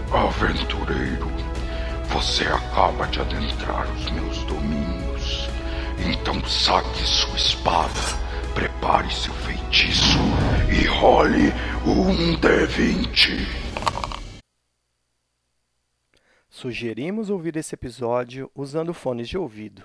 Aventureiro, você acaba de adentrar os meus domínios. Então saque sua espada, prepare seu feitiço e role um D20. Sugerimos ouvir esse episódio usando fones de ouvido.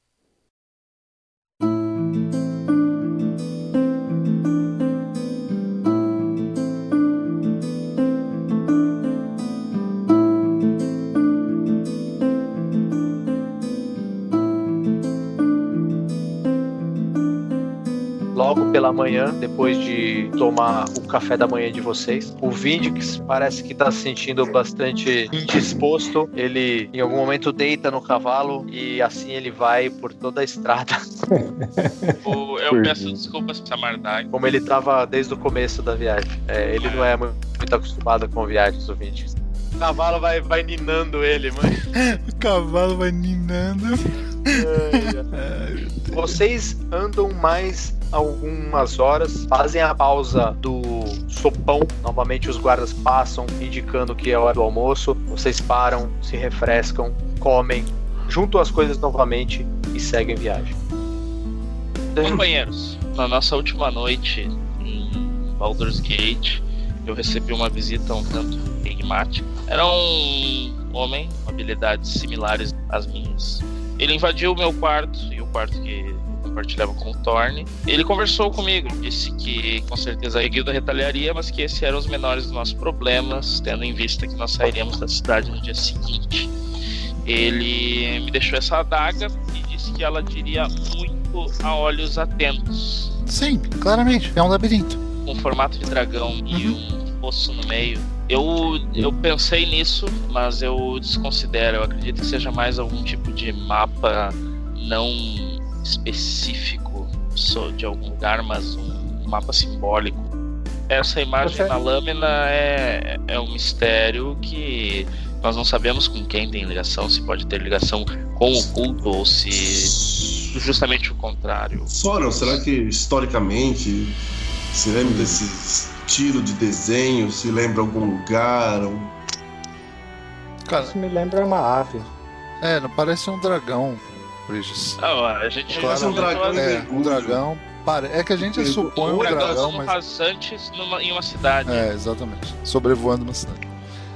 Logo pela manhã, depois de tomar o café da manhã de vocês, o Vindix parece que está se sentindo bastante indisposto. Ele, em algum momento, deita no cavalo e assim ele vai por toda a estrada. Eu peço desculpas pra Mardag. Como ele estava desde o começo da viagem. Ele não é muito acostumado com viagens, o Vindix. O cavalo vai ninando ele, mano. O cavalo vai ninando. Vocês andam mais algumas horas, fazem a pausa do sopão. Novamente os guardas passam, indicando que é hora do almoço. Vocês param, se refrescam, comem, juntam as coisas novamente e seguem viagem. Companheiros, na nossa última noite em Baldur's Gate, eu recebi uma visita um tanto enigmática. Era um homem com habilidades similares às minhas. Ele invadiu o meu quarto e o quarto que compartilhava com o Thorne. Ele conversou comigo, disse que com certeza a guilda retaliaria, mas que esses eram os menores dos nossos problemas, tendo em vista que nós sairíamos da cidade no dia seguinte. Ele me deixou essa adaga e disse que ela diria muito a olhos atentos. Sim, claramente, é um labirinto. Um formato de dragão e um poço no meio. Eu pensei nisso, mas eu desconsidero. Eu acredito que seja mais algum tipo de mapa não específico de algum lugar, mas um mapa simbólico. Essa imagem na lâmina é um mistério que nós não sabemos com quem tem ligação, se pode ter ligação com o culto ou se justamente o contrário. Soren, será que historicamente se lembra desse estilo de desenho? Se lembra algum lugar? Cara, isso me lembra uma ave. Não parece um dragão, Bridges. A gente parece um dragão. Um dragão. É que a gente supõe um dragão, mas rasantes em uma cidade. Exatamente. Sobrevoando uma cidade.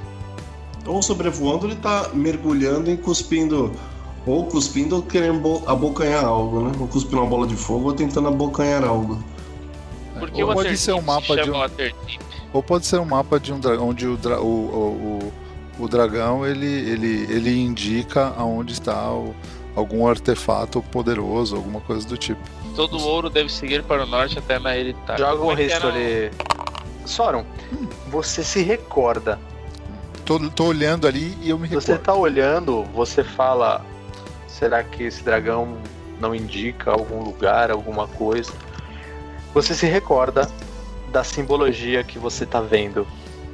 Ou sobrevoando, ele tá mergulhando e cuspindo. Ou cuspindo ou querendo abocanhar algo, né? Ou cuspindo uma bola de fogo ou tentando abocanhar algo. Porque ou pode ser um mapa de ou pode ser um mapa de um dragão onde o dragão ele indica aonde está algum artefato poderoso, alguma coisa do tipo. Todo ouro deve seguir para o norte até na Heritage. Joga um history. Soren, você se recorda. Tô olhando ali e eu me recordo. Você tá olhando, você fala: será que esse dragão não indica algum lugar, alguma coisa? Você se recorda da simbologia que você tá vendo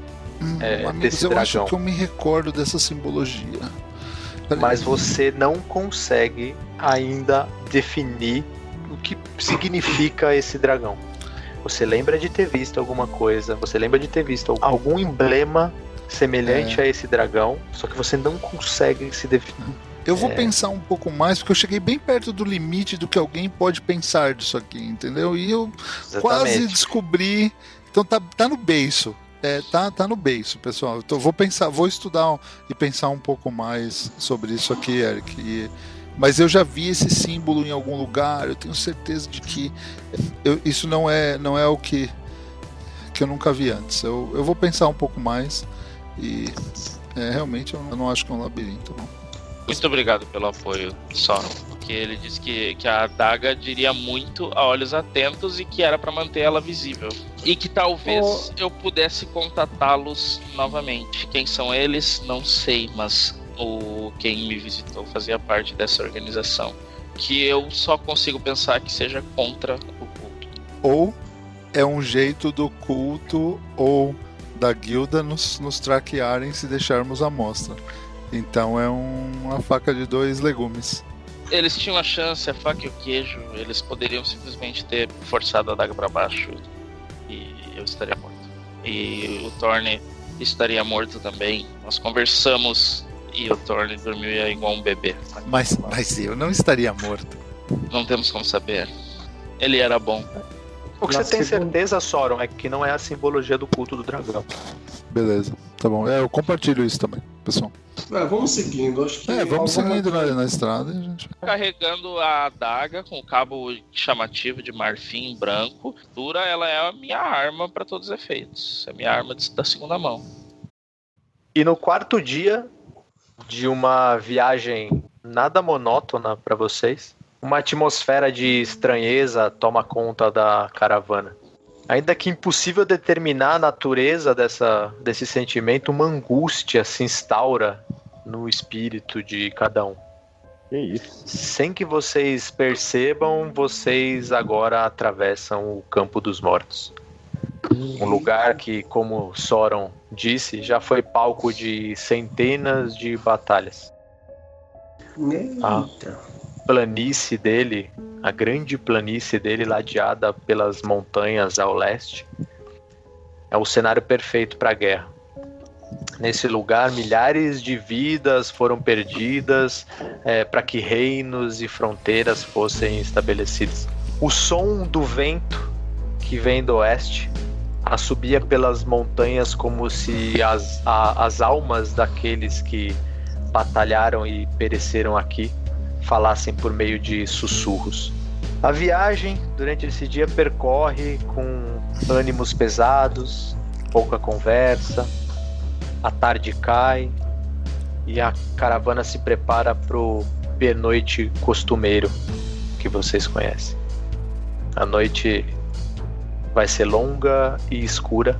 desse dragão. Eu acho que eu me recordo dessa simbologia. Mas você não consegue ainda definir o que significa esse dragão. Você lembra de ter visto alguma coisa, você lembra de ter visto algum emblema semelhante a esse dragão, só que você não consegue se definir. Eu vou pensar um pouco mais, porque eu cheguei bem perto do limite do que alguém pode pensar disso aqui, entendeu? E eu quase descobri. Então tá no beiço. Tá no beiço, pessoal. Então vou estudar e pensar um pouco mais sobre isso aqui, Eric. Mas eu já vi esse símbolo em algum lugar, eu tenho certeza de que isso não é o que eu nunca vi antes. Eu vou pensar um pouco mais e realmente eu não acho que é um labirinto, não. Muito obrigado pelo apoio, Soren, porque ele disse que a adaga diria muito a olhos atentos e que era para manter ela visível. E que talvez eu pudesse contatá-los novamente. Quem são eles, não sei, mas quem me visitou fazia parte dessa organização. Que eu só consigo pensar que seja contra o culto. Ou é um jeito do culto ou da guilda nos traquearem se deixarmos à mostra. Então é uma faca de dois legumes. Eles tinham a chance, a faca e o queijo. Eles poderiam simplesmente ter forçado a adaga para baixo e eu estaria morto. E o Thorne estaria morto também. Nós conversamos e o Thorne dormiu igual um bebê. Mas eu não estaria morto. Não temos como saber. Ele era bom. O que você tem certeza, Sauron, é que não é a simbologia do culto do dragão. Beleza, tá bom. Eu compartilho isso também, pessoal. Vamos seguindo, acho que... vamos seguindo na estrada e a gente... Carregando a adaga com o cabo chamativo de marfim branco. Dura, ela é a minha arma para todos os efeitos. É a minha arma da segunda mão. E no quarto dia de uma viagem nada monótona para vocês, uma atmosfera de estranheza toma conta da caravana. Ainda que impossível determinar a natureza desse sentimento, uma angústia se instaura no espírito de cada um. Que isso? Sem que vocês percebam, vocês agora atravessam o Campo dos Mortos. Um lugar que, como Sauron disse, já foi palco de centenas de batalhas. Planície dele, a grande planície dele, ladeada pelas montanhas ao leste, é o cenário perfeito para a guerra. Nesse lugar, milhares de vidas foram perdidas para que reinos e fronteiras fossem estabelecidos. O som do vento que vem do oeste assobia pelas montanhas como se as almas daqueles que batalharam e pereceram aqui falassem por meio de sussurros. A viagem durante esse dia percorre com ânimos pesados, pouca conversa. A tarde cai e a caravana se prepara para o pernoite costumeiro que vocês conhecem. A noite vai ser longa e escura,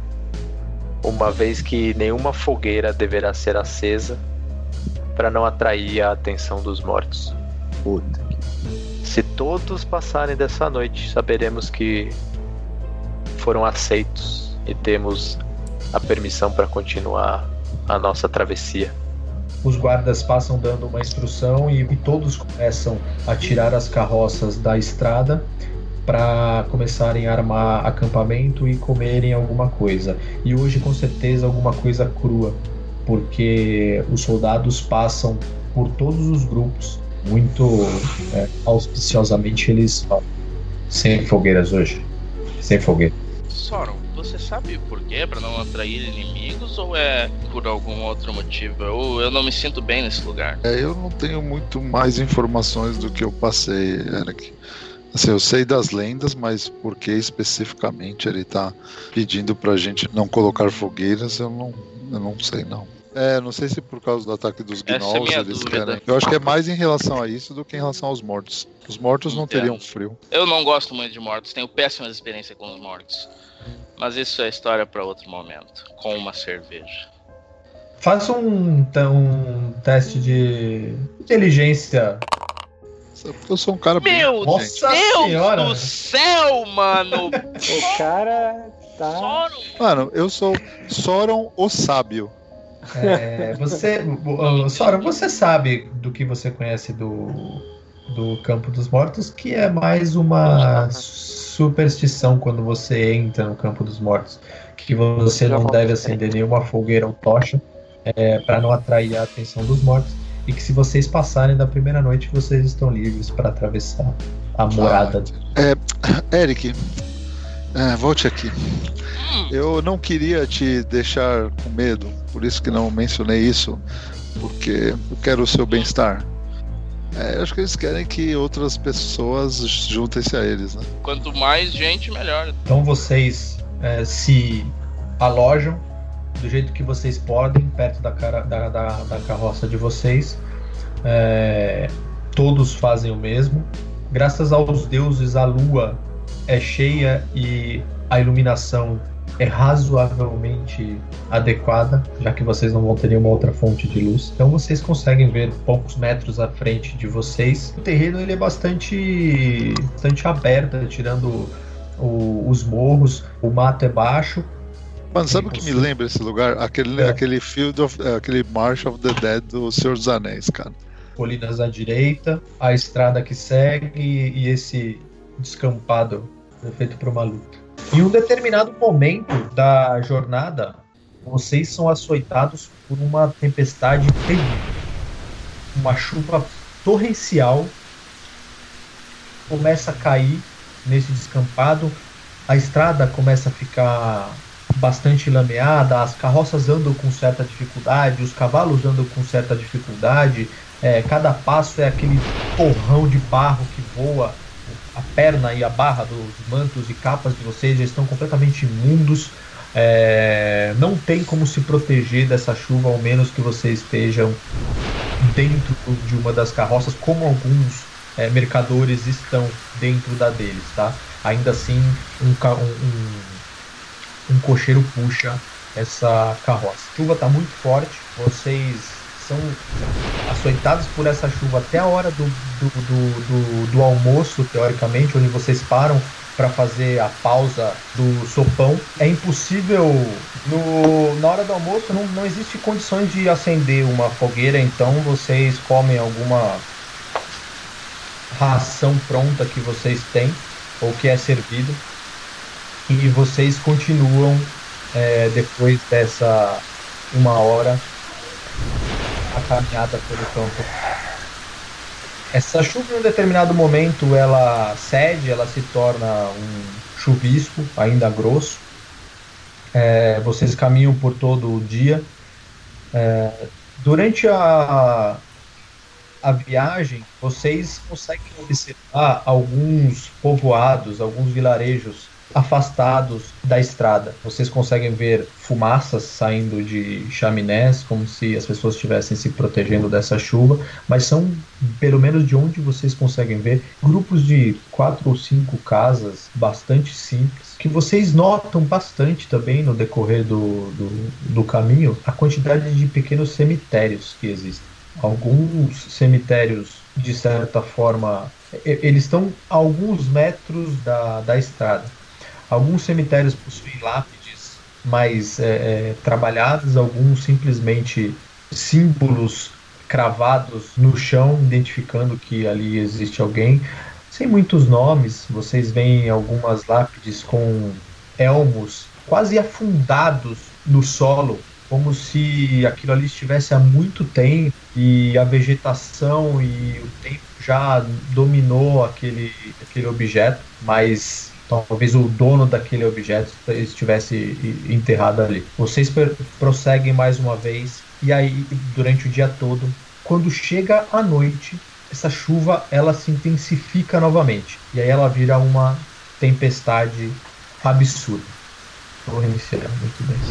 uma vez que nenhuma fogueira deverá ser acesa para não atrair a atenção dos mortos. Puta. Se todos passarem dessa noite, saberemos que foram aceitos e temos a permissão para continuar a nossa travessia. Os guardas passam dando uma instrução e todos começam a tirar as carroças da estrada para começarem a armar acampamento e comerem alguma coisa. E hoje, com certeza, alguma coisa crua, porque os soldados passam por todos os grupos. Muito auspiciosamente eles falam: sem fogueiras hoje, sem fogueira. Sauron, você sabe por quê? Pra não atrair inimigos ou é por algum outro motivo? Eu não me sinto bem nesse lugar. Eu não tenho muito mais informações do que eu passei, Eric. Assim, eu sei das lendas, mas por que especificamente ele tá pedindo pra gente não colocar fogueiras, eu não sei não. Não sei se por causa do ataque dos Gnolls eles querem. Eu acho que é mais em relação a isso do que em relação aos mortos. Os mortos não teriam frio. Eu não gosto muito de mortos, tenho péssimas experiências com os mortos. Mas isso é história para outro momento, com uma cerveja. Faça um teste de inteligência. Eu sou um cara bem... Meu Deus Senhora. Do céu, mano! O cara tá... Sauron. Mano, eu sou Sauron o Sábio. Sauron, você sabe do que você conhece do Campo dos Mortos, que é mais uma superstição quando você entra no Campo dos Mortos, que você não deve acender nenhuma fogueira ou tocha para não atrair a atenção dos mortos, e que se vocês passarem da primeira noite, vocês estão livres para atravessar a morada. Eric, volte aqui. Eu não queria te deixar com medo, por isso que não mencionei isso, porque eu quero o seu bem-estar. Eu acho que eles querem que outras pessoas juntem-se a eles, né? Quanto mais gente, melhor. Então vocês se alojam do jeito que vocês podem, perto da carroça de vocês. Todos fazem o mesmo. Graças aos deuses, a lua é cheia e a iluminação é razoavelmente adequada, já que vocês não vão ter nenhuma outra fonte de luz. Então vocês conseguem ver poucos metros à frente de vocês. O terreno ele é bastante aberto, tirando os morros. O mato é baixo. Mano, sabe o que me lembra esse lugar? Aquele aquele March of the Dead do Senhor dos Anéis, cara. Colinas à direita, a estrada que segue e esse descampado feito para uma luta. Em um determinado momento da jornada, vocês são açoitados por uma tempestade terrível. Uma chuva torrencial começa a cair nesse descampado, a estrada começa a ficar bastante lameada, as carroças andam com certa dificuldade, os cavalos andam com certa dificuldade, cada passo é aquele torrão de barro que voa, a perna e a barra dos mantos e capas de vocês já estão completamente imundos, não tem como se proteger dessa chuva, ao menos que vocês estejam dentro de uma das carroças, como alguns mercadores estão dentro da deles, tá? Ainda assim, um cocheiro puxa essa carroça. A chuva está muito forte, vocês são açoitados por essa chuva até a hora do almoço, teoricamente, onde vocês param para fazer a pausa do sopão. É impossível, na hora do almoço não existe condições de acender uma fogueira, então vocês comem alguma ração pronta que vocês têm, ou que é servida, e vocês continuam, depois dessa 1 hora, a caminhada pelo campo. Essa chuva, em um determinado momento, ela cede, ela se torna um chuvisco, ainda grosso. Vocês caminham por todo o dia. Durante a viagem, vocês conseguem observar alguns povoados, alguns vilarejos afastados da estrada. Vocês conseguem ver fumaças saindo de chaminés, como se as pessoas estivessem se protegendo dessa chuva, mas são, pelo menos de onde vocês conseguem ver, grupos de 4 ou 5 casas bastante simples, que vocês notam bastante também no decorrer do caminho, a quantidade de pequenos cemitérios que existem. Alguns cemitérios, de certa forma, eles estão a alguns metros da estrada. Alguns cemitérios possuem lápides mais trabalhadas, alguns simplesmente símbolos cravados no chão, identificando que ali existe alguém. Sem muitos nomes, vocês veem algumas lápides com elmos quase afundados no solo, como se aquilo ali estivesse há muito tempo e a vegetação e o tempo já dominou aquele objeto, mas talvez o dono daquele objeto estivesse enterrado ali. Vocês prosseguem mais uma vez, e aí, durante o dia todo, quando chega a noite, essa chuva ela se intensifica novamente, e aí ela vira uma tempestade absurda. Vou reiniciar, muito bem.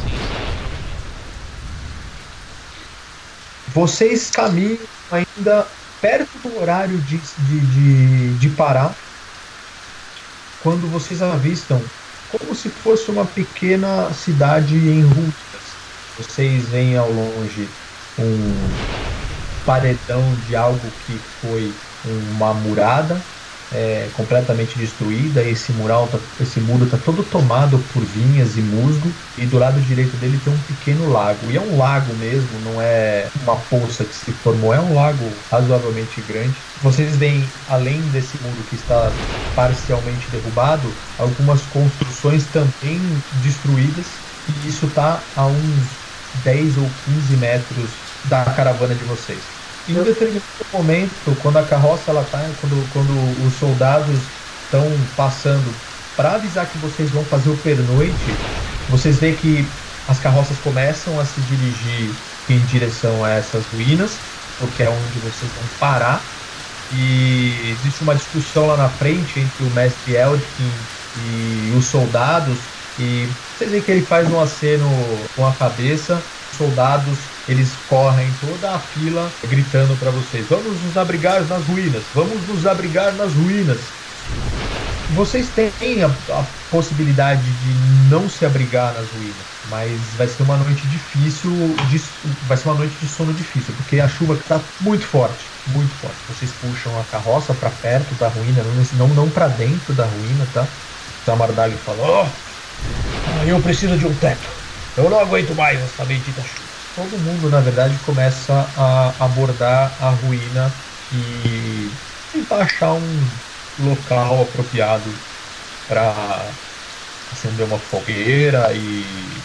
Vocês caminham ainda perto do horário de parar, quando vocês avistam como se fosse uma pequena cidade em ruínas. Vocês veem ao longe um paredão de algo que foi uma murada completamente destruída. Esse muro está todo tomado por vinhas e musgo, e do lado direito dele tem um pequeno lago, e é um lago mesmo, não é uma poça que se formou, é um lago razoavelmente grande. Vocês veem, além desse muro que está parcialmente derrubado, algumas construções também destruídas, e isso está a uns 10 ou 15 metros da caravana de vocês. Em um determinado momento, quando a carroça quando os soldados estão passando para avisar que vocês vão fazer o pernoite, vocês veem que as carroças começam a se dirigir em direção a essas ruínas, porque é onde vocês vão parar, e existe uma discussão lá na frente entre o mestre Eldkin e os soldados, e vocês veem que ele faz um aceno com a cabeça. Os soldados, eles correm toda a fila gritando para vocês: vamos nos abrigar nas ruínas, vamos nos abrigar nas ruínas. Vocês têm a possibilidade de não se abrigar nas ruínas, mas vai ser uma noite difícil, vai ser uma noite de sono difícil, porque a chuva está muito forte, muito forte. Vocês puxam a carroça para perto da ruína, não para dentro da ruína, tá? O Zamardag fala: eu preciso de um teto. Eu não aguento mais essa bendita chuva. Todo mundo, na verdade, começa a abordar a ruína e tentar achar um local apropriado para acender uma fogueira e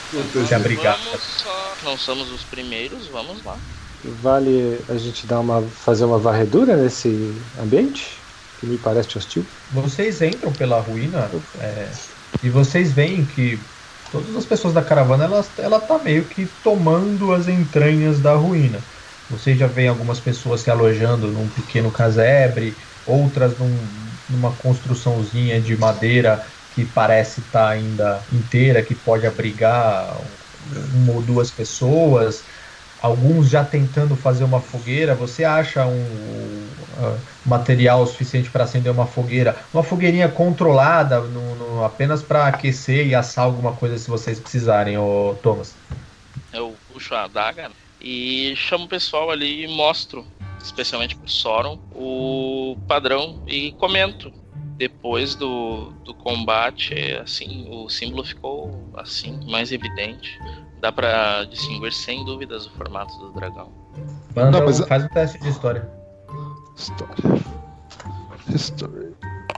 se abrigar. Não somos os primeiros, vamos lá. Vale a gente fazer uma varredura nesse ambiente? Que me parece hostil. Vocês entram pela ruína e vocês veem que todas as pessoas da caravana ela tá meio que tomando as entranhas da ruína. Vocês já veem algumas pessoas se alojando num pequeno casebre, outras numa construçãozinha de madeira que parece estar ainda inteira, que pode abrigar uma ou duas pessoas. Alguns já tentando fazer uma fogueira. Você acha material suficiente para acender uma fogueira? Uma fogueirinha controlada, apenas para aquecer e assar alguma coisa se vocês precisarem, Thomas. Eu puxo a adaga e chamo o pessoal ali e mostro, especialmente pro Sauron, o padrão e comento. Depois do combate, assim, o símbolo ficou assim, mais evidente. Dá pra distinguir sem dúvidas o formato do dragão. Faz um teste de história. História.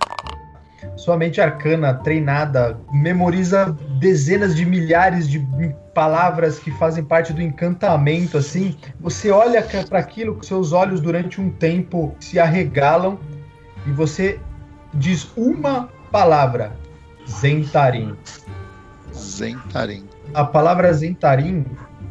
Sua mente arcana, treinada, memoriza dezenas de milhares de palavras que fazem parte do encantamento, assim. Você olha para aquilo com seus olhos durante um tempo se arregalam e você diz uma palavra: Zentarim. Zentarim. A palavra Zentarim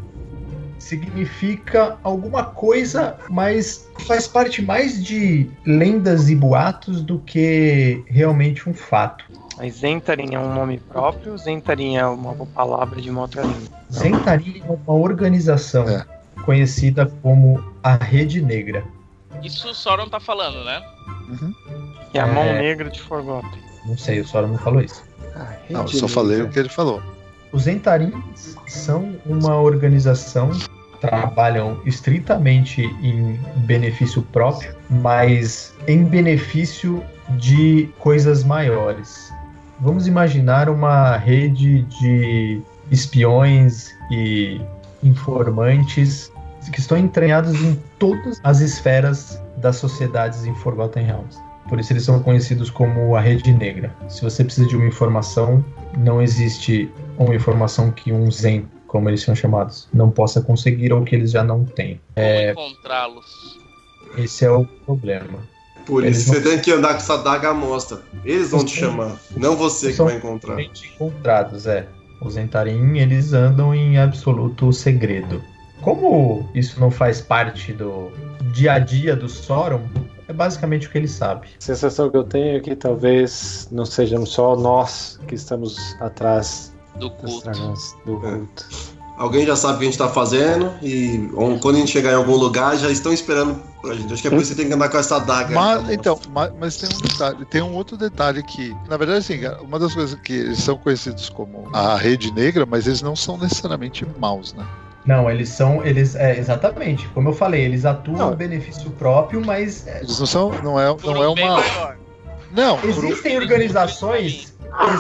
significa alguma coisa, mas faz parte mais de lendas e boatos do que realmente um fato. Mas Zentarim é um nome próprio? Zentarim é uma palavra de uma outra língua? Zentarim é uma organização conhecida como a Rede Negra. Isso o Sauron tá falando, né? Uhum. E a Mão Negra de Forgotten. Não sei, o Sauron não falou isso. Não, eu só falei o que ele falou. Os Zentarins são uma organização que trabalham estritamente em benefício próprio, mas em benefício de coisas maiores. Vamos imaginar uma rede de espiões e informantes que estão entranhados em todas as esferas das sociedades em Forgotten Realms. Por isso eles são conhecidos como a Rede Negra. Se você precisa de uma informação, não existe uma informação que um Zen, como eles são chamados, não possa conseguir ou que eles já não têm. Como encontrá-los? Esse é o problema. Por isso você tem que andar com essa daga à mostra. Eles vão te chamar, não você que vai encontrar. São encontrados, Os Zentarim, eles andam em absoluto segredo. Como isso não faz parte do dia a dia do Sauron, é basicamente o que ele sabe. A sensação que eu tenho é que talvez não sejamos só nós que estamos atrás do culto. Do culto. Alguém já sabe o que a gente tá fazendo e quando a gente chegar em algum lugar já estão esperando pra gente. Acho que é por isso que você tem que andar com essa adaga. Mas tem um detalhe, tem um outro detalhe que, na verdade, assim, uma das coisas que eles são conhecidos como a Rede Negra, mas eles não são necessariamente maus, né? Não, exatamente, como eu falei, eles atuam em benefício próprio, mas... Eles não é uma... Não, existem organizações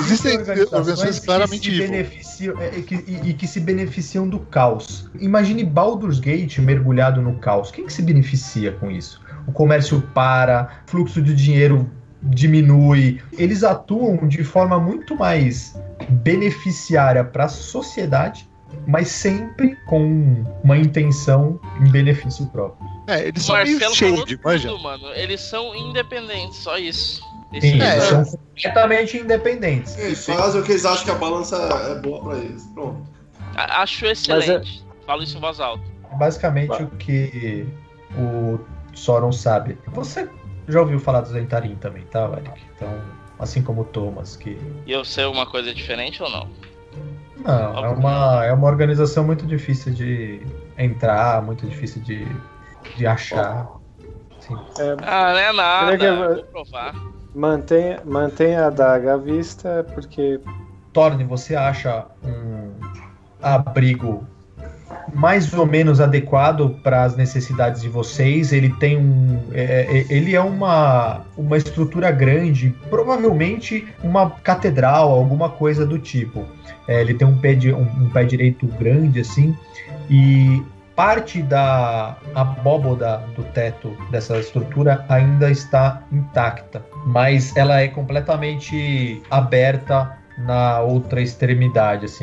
claramente que se beneficiam do caos. Imagine Baldur's Gate mergulhado no caos. Quem que se beneficia com isso? O comércio para, fluxo de dinheiro diminui. Eles atuam de forma muito mais beneficiária para a sociedade, mas sempre com uma intenção em benefício próprio. Eles são meio shade, mano. Eles são independentes, só isso. Sim, eles são completamente independentes. Eles fazem o que eles acham que a balança é boa pra eles. Pronto. Acho excelente. Falo isso em voz alta. Basicamente o que o Sauron sabe. Você já ouviu falar do Zentarim também, tá, Eric? Então, assim como o Thomas, que... E eu sei uma coisa diferente ou não? Não, é uma organização muito difícil de entrar, muito difícil de achar. Sim. Não é nada, vou provar. Mantenha a adaga à vista, porque... Thorne, você acha um abrigo mais ou menos adequado para as necessidades de vocês? Ele tem ele é uma estrutura grande, provavelmente uma catedral, alguma coisa do tipo. Ele tem um pé direito grande, assim, e parte da abóboda do teto dessa estrutura ainda está intacta, mas ela é completamente aberta na outra extremidade, assim.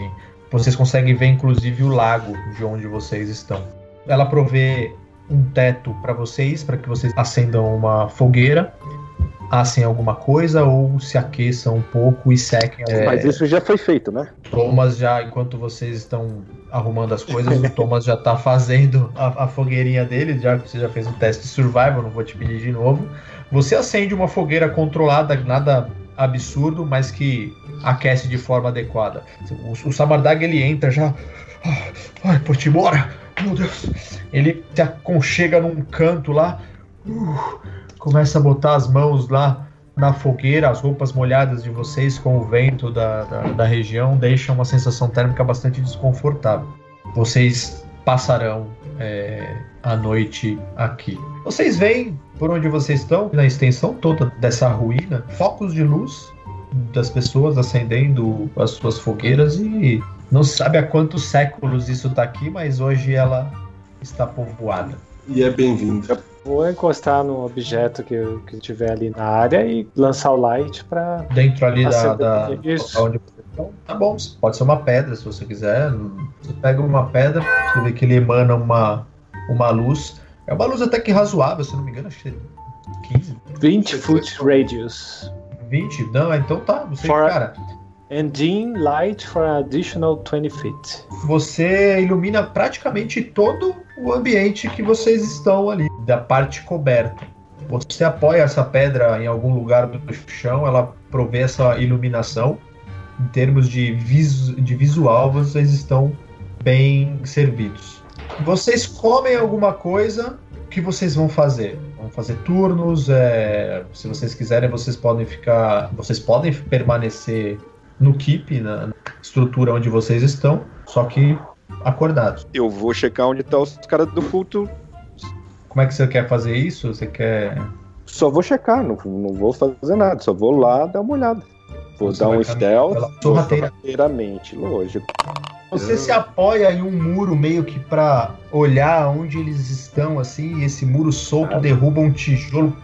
Vocês conseguem ver, inclusive, o lago de onde vocês estão. Ela provê um teto para que vocês acendam uma fogueira, assem alguma coisa ou se aqueçam um pouco e sequem. Mas isso já foi feito, né? Thomas já, enquanto vocês estão arrumando as coisas, o Thomas já tá fazendo a fogueirinha dele, já que você já fez um teste de survival, não vou te pedir de novo. Você acende uma fogueira controlada, nada absurdo, mas que aquece de forma adequada. O Samardag, ele entra já... Ai, Portimora! Meu Deus! Ele se aconchega num canto lá, começa a botar as mãos lá na fogueira, as roupas molhadas de vocês com o vento da região deixam uma sensação térmica bastante desconfortável. Vocês passarão a noite aqui. Vocês veem por onde vocês estão, na extensão toda dessa ruína, focos de luz das pessoas acendendo as suas fogueiras e não se sabe há quantos séculos isso está aqui, mas hoje ela está povoada. E é bem-vinda. Vou encostar no objeto que tiver ali na área e lançar o light para dentro ali da onde vocês estão. Tá bom, pode ser uma pedra se você quiser. Você pega uma pedra, você vê que ele emana uma luz. É uma luz até que razoável, se não me engano, acho que é 15. 20 foot radius. 20? Não, então tá. Você, cara. And dim light for an additional 20 feet. Você ilumina praticamente todo o ambiente que vocês estão ali, da parte coberta. Você apoia essa pedra em algum lugar do chão, ela provê essa iluminação. Em termos de visual, vocês estão bem servidos. Vocês comem alguma coisa, o que vocês vão fazer? Vão fazer turnos, se vocês quiserem, vocês podem permanecer no keep, na estrutura onde vocês estão, só que acordados. Eu vou checar onde estão os caras do culto. Como é que você quer fazer isso? Você quer... Só vou checar, não vou fazer nada, só vou lá dar uma olhada. Vou dar um stealth sorrateiramente, lógico. Você se apoia em um muro meio que pra olhar onde eles estão, assim, e esse muro solto derruba um tijolo.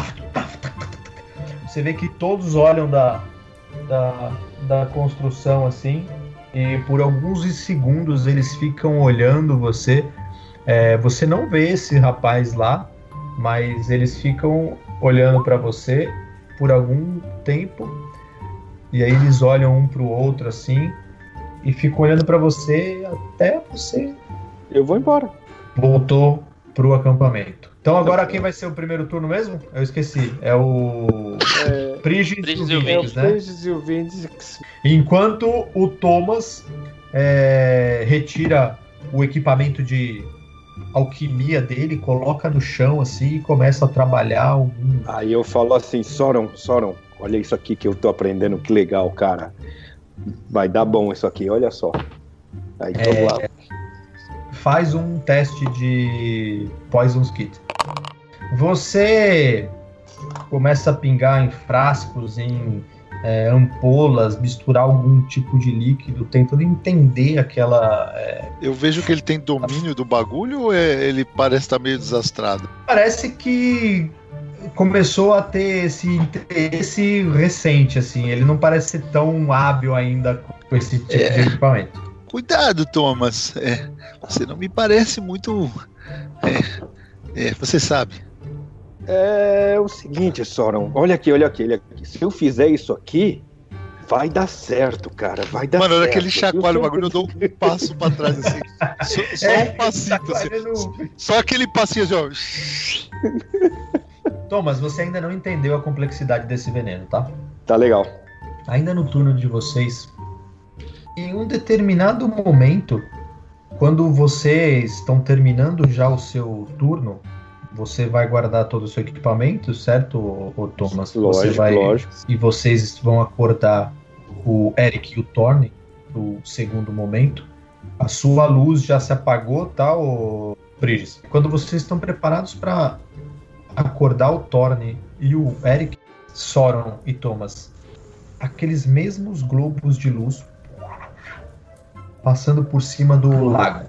Você vê que todos olham da construção, assim, e por alguns segundos eles ficam olhando você. Você não vê esse rapaz lá, mas eles ficam olhando pra você por algum tempo, e aí eles olham um pro outro, assim, e ficam olhando pra você até você... Eu vou embora. Voltou pro acampamento. Então agora quem vai ser o primeiro turno mesmo? Eu esqueci. É o... Prigis e o Vindes, né? Prigis e o Vindes. Enquanto o Thomas retira o equipamento de alquimia dele, coloca no chão assim e começa a trabalhar. Aí eu falo assim, Soron, olha isso aqui que eu tô aprendendo, que legal, cara. Vai dar bom isso aqui, olha só. Aí vamos lá. Faz um teste de Poison's Kit. Você começa a pingar em frascos, em ampolas, misturar algum tipo de líquido, tentando entender aquela... Eu vejo que ele tem domínio do bagulho ou ele parece estar meio desastrado? Parece que começou a ter esse interesse recente, assim. Ele não parece ser tão hábil ainda com esse tipo de equipamento. Cuidado, Thomas. Você não me parece muito... você sabe. É o seguinte, Soron. Olha aqui. Se eu fizer isso aqui, vai dar certo, cara. Vai dar certo. Mano, na hora que ele chacoalha o bagulho, eu dou um passo pra trás, assim. Só um passito, assim. Só aquele passinho, assim, ó. Thomas, você ainda não entendeu a complexidade desse veneno, tá? Tá legal. Ainda no turno de vocês, em um determinado momento, quando vocês estão terminando já o seu turno, você vai guardar todo o seu equipamento, certo, Thomas? Lógico. E vocês vão acordar o Eric e o Thorne no segundo momento. A sua luz já se apagou, tá, Prigis? Quando vocês estão preparados para acordar o Thorne e o Eric, Soron e Thomas, aqueles mesmos globos de luz passando por cima do lago.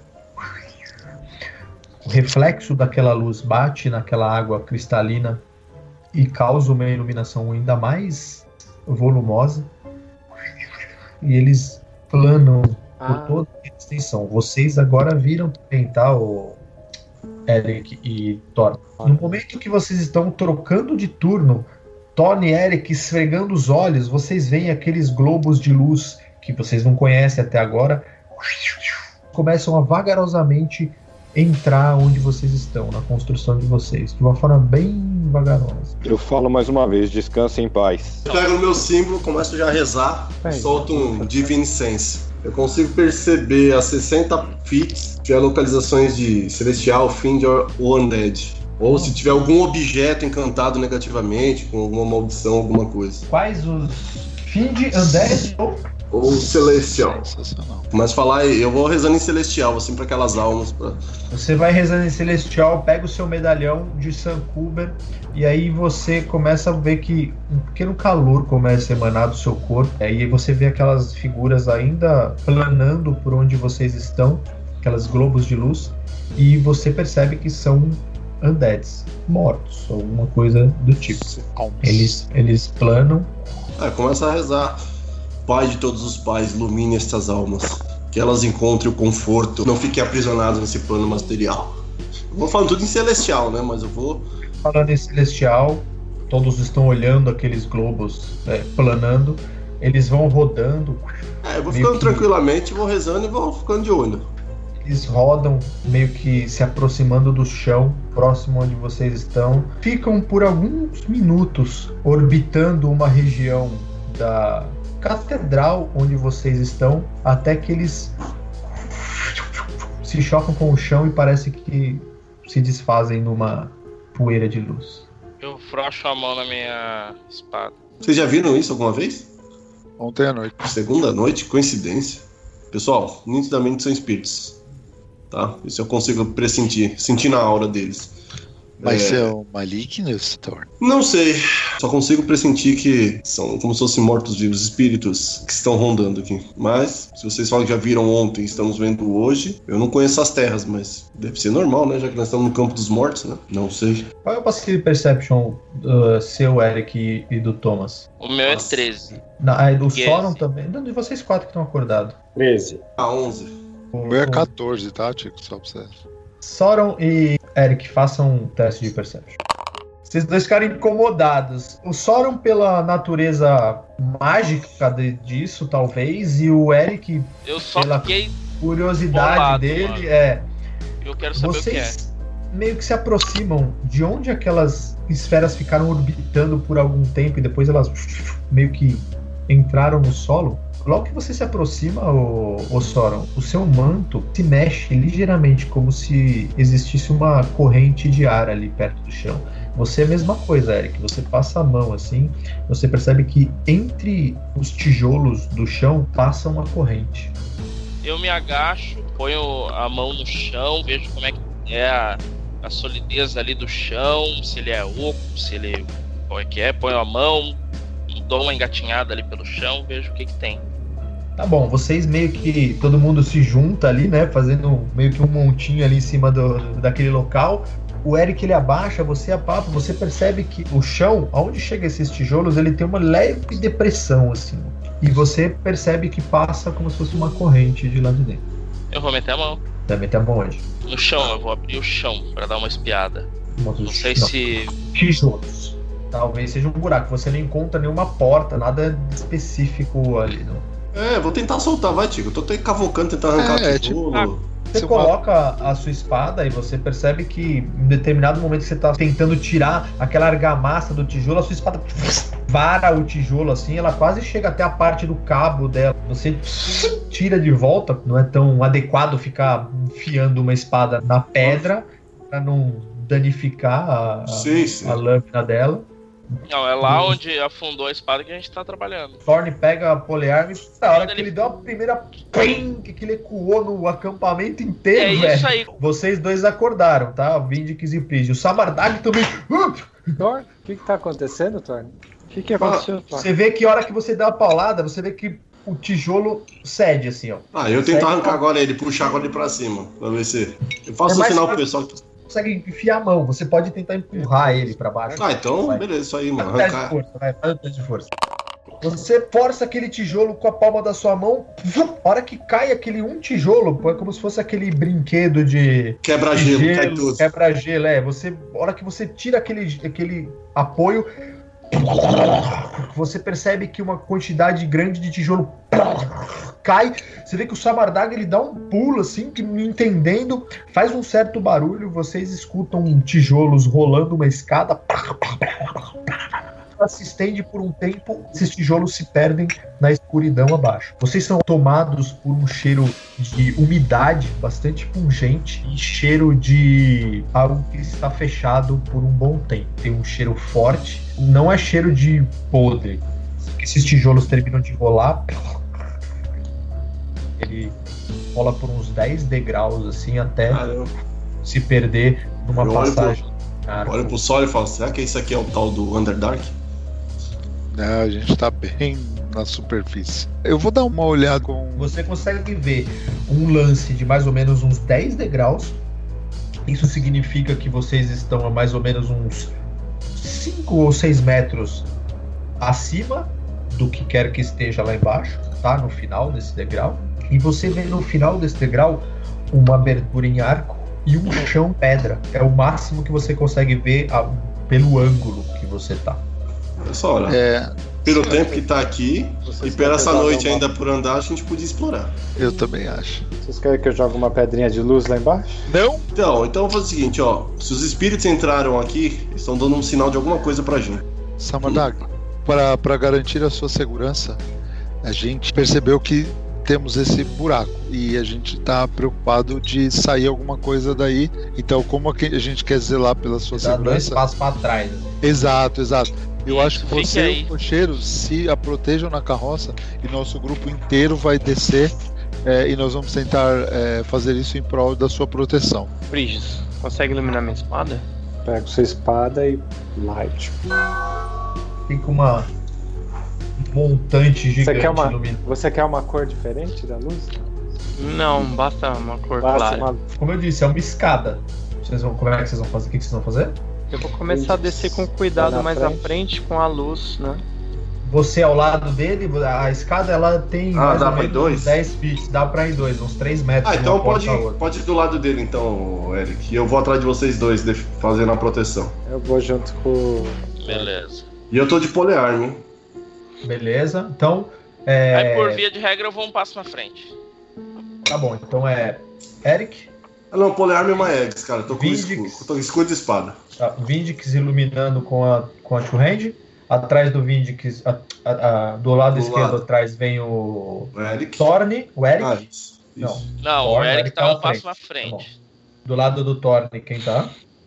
O reflexo daquela luz bate naquela água cristalina e causa uma iluminação ainda mais volumosa. E eles planam por toda a extensão. Vocês agora viram também, tá, o Eric e Thorne. No momento que vocês estão trocando de turno, Thorne e Eric esfregando os olhos, vocês veem aqueles globos de luz que vocês não conhecem até agora, começam a vagarosamente entrar onde vocês estão, na construção de vocês, de uma forma bem vagarosa. Eu falo mais uma vez, descansem em paz. Eu pego o meu símbolo, começo já a rezar, solto um Divine Sense. Eu consigo perceber a 60 feet se tiver localizações de Celestial, Fiend ou Undead. Ou se tiver algum objeto encantado negativamente, com alguma maldição, alguma coisa. Quais os Fiend, Undead ou Celestial? Mas falar, eu vou rezando em Celestial, assim, para aquelas almas. Você vai rezando em Celestial, pega o seu medalhão de Sankuber, e aí você começa a ver que um pequeno calor começa a emanar do seu corpo. Aí você vê aquelas figuras ainda planando por onde vocês estão, aquelas globos de luz, e você percebe que são undeads, mortos, alguma coisa do tipo. Eles planam. Começa a rezar. Pai de todos os pais, ilumine estas almas, que elas encontrem o conforto, não fiquem aprisionadas nesse plano material. Eu vou falando tudo em Celestial, né? Mas eu vou... Falando em Celestial, todos estão olhando aqueles globos planando, eles vão rodando. Eu vou ficando tranquilamente, vou rezando e vou ficando de olho. Eles rodam, meio que se aproximando do chão, próximo onde vocês estão. Ficam por alguns minutos orbitando uma região da catedral onde vocês estão, até que eles se chocam com o chão e parece que se desfazem numa poeira de luz. Eu frouxo a mão na minha espada. Vocês já viram isso alguma vez? Ontem à noite. Segunda noite, coincidência. Pessoal, nitidamente são espíritos, tá? Isso eu consigo pressentir, sentir na aura deles. Mas são malignos, Thorne? Não sei. Só consigo pressentir que são como se fossem mortos-vivos, espíritos que estão rondando aqui. Mas, se vocês falam que já viram ontem e estamos vendo hoje, eu não conheço as terras, mas deve ser normal, né? Já que nós estamos no campo dos mortos, né? Não sei. Qual é o passive Perception seu, Eric, e do Thomas? O meu é 13. Do Soron também? Não, de vocês 4 que estão acordados. 13. 11. O meu é 14, tá, Tico? Só pra você. Soron e Eric, façam um teste de Perception. Vocês dois ficaram incomodados. O Soron pela natureza mágica disso, talvez, e o Eric eu só pela fiquei curiosidade bolado, dele. Mano. Eu quero saber vocês o que é. Meio que se aproximam de onde aquelas esferas ficaram orbitando por algum tempo e depois elas meio que entraram no solo. Logo que você se aproxima, o Soron, o seu manto se mexe ligeiramente, como se existisse uma corrente de ar ali perto do chão. Você é a mesma coisa, Eric. Você passa a mão assim, você percebe que entre os tijolos do chão passa uma corrente. Eu me agacho, ponho a mão no chão, vejo como é que é a solidez ali do chão, se ele é oco, se ele... Como é que é? Ponho a mão, dou uma engatinhada ali pelo chão, vejo o que tem. Tá bom, vocês meio que todo mundo se junta ali, né, fazendo meio que um montinho ali em cima daquele local. O Eric, ele abaixa, você apafa, você percebe que o chão, aonde chega esses tijolos, ele tem uma leve depressão, assim. E você percebe que passa como se fosse uma corrente de lá de dentro. Eu vou meter a mão. Vai meter a mão onde? No chão, eu vou abrir o chão pra dar uma espiada. Não sei se... Tijolos. Talvez seja um buraco, você não encontra nenhuma porta, nada específico ali, não. Vou tentar soltar, vai, Tico. Eu tô cavocando, tentando arrancar tijolo. Você coloca a sua espada e você percebe que em determinado momento que você tá tentando tirar aquela argamassa do tijolo, a sua espada vara o tijolo assim, ela quase chega até a parte do cabo dela. Você tira de volta, não é tão adequado ficar enfiando uma espada na pedra pra não danificar a lâmina dela. Não, é lá onde afundou a espada que a gente tá trabalhando. Thorne pega a polearm e na hora que ele deu a primeira que ele ecoou no acampamento inteiro, velho. Isso aí. Vocês dois acordaram, tá? O Vindix e o Prige. O Samardag também. Thorne, o que tá acontecendo, Thorne? O que aconteceu, Thorne? Você vê que a hora que você dá a paulada, você vê que o tijolo cede, assim, ó. Eu tento arrancar agora ele, puxar agora ele pra cima, pra ver se... Eu faço o sinal pro pessoal que... Consegue enfiar a mão, você pode tentar empurrar ele pra baixo. Então, beleza, isso aí, mano. Faz o teste de força, vai, faz o teste de força. Você força aquele tijolo com a palma da sua mão. A hora que cai aquele um tijolo, é como se fosse aquele brinquedo de quebra-gelo, cai tudo. Quebra-gelo, a hora que você tira aquele apoio, você percebe que uma quantidade grande de tijolo cai. Você vê que o Samardaga ele dá um pulo assim, que não entendendo, faz um certo barulho. Vocês escutam tijolos rolando uma escada. Ela se estende por um tempo, esses tijolos se perdem na escuridão abaixo. Vocês são tomados por um cheiro de umidade bastante pungente e cheiro de algo que está fechado por um bom tempo. Tem um cheiro forte, não é cheiro de podre. Esses tijolos terminam de rolar, ele rola por uns 10 degraus assim até se perder numa passagem. Olha pro sol e fala, será que isso aqui é o tal do Underdark? Não, a gente tá bem na superfície. Eu vou dar uma olhada com... Você consegue ver um lance de mais ou menos uns 10 degraus. Isso significa que vocês estão a mais ou menos uns 5 ou 6 metros acima do que quer que esteja lá embaixo, tá? No final desse degrau. E você vê no final desse degrau uma abertura em arco e um chão pedra. É o máximo que você consegue ver pelo ângulo que você tá. Olha só, olha. Pelo tempo que tá aqui e pela essa noite ainda por andar, a gente podia explorar. Eu também acho. Vocês querem que eu jogue uma pedrinha de luz lá embaixo? Não? Então vou fazer o seguinte, ó. Se os espíritos entraram aqui, estão dando um sinal de alguma coisa pra gente. Samardaga, para garantir a sua segurança, a gente percebeu que temos esse buraco e a gente tá preocupado de sair alguma coisa daí. Então, como a gente quer zelar pela sua segurança... Dá 2 passos pra trás. Exato. Eu acho que você e o cocheiro se protejam na carroça e nosso grupo inteiro vai descer e nós vamos tentar fazer isso em prol da sua proteção. Bridges, consegue iluminar minha espada? Pego sua espada e light. Fica uma montante gigante iluminando. Você quer uma cor diferente da luz? Não, basta uma cor clara. Como eu disse, é uma escada. Como é que vocês vão fazer? O que vocês vão fazer? Eu vou começar a descer com cuidado mais à frente com a luz, né? Você ao lado dele, a escada ela tem mais ou menos 10 feet, dá pra ir 2, uns 3 metros. Então pode ir do lado dele então, Eric. E eu vou atrás de vocês dois, fazendo a proteção. Eu vou junto com... Beleza. E eu tô de polearm, hein? Beleza, então... Aí por via de regra eu vou um passo na frente. Tá bom, então Eric... Não, polearm é uma Eggs, cara. Tô com escudo e espada. Tá, Vindix iluminando com a Two Hand. Atrás do Vindix, do lado esquerdo atrás vem o Eric. Thorne. O Eric? Isso. Não, Thorne, o Eric tá um passo na frente. Tá do lado do Thorne, quem tá?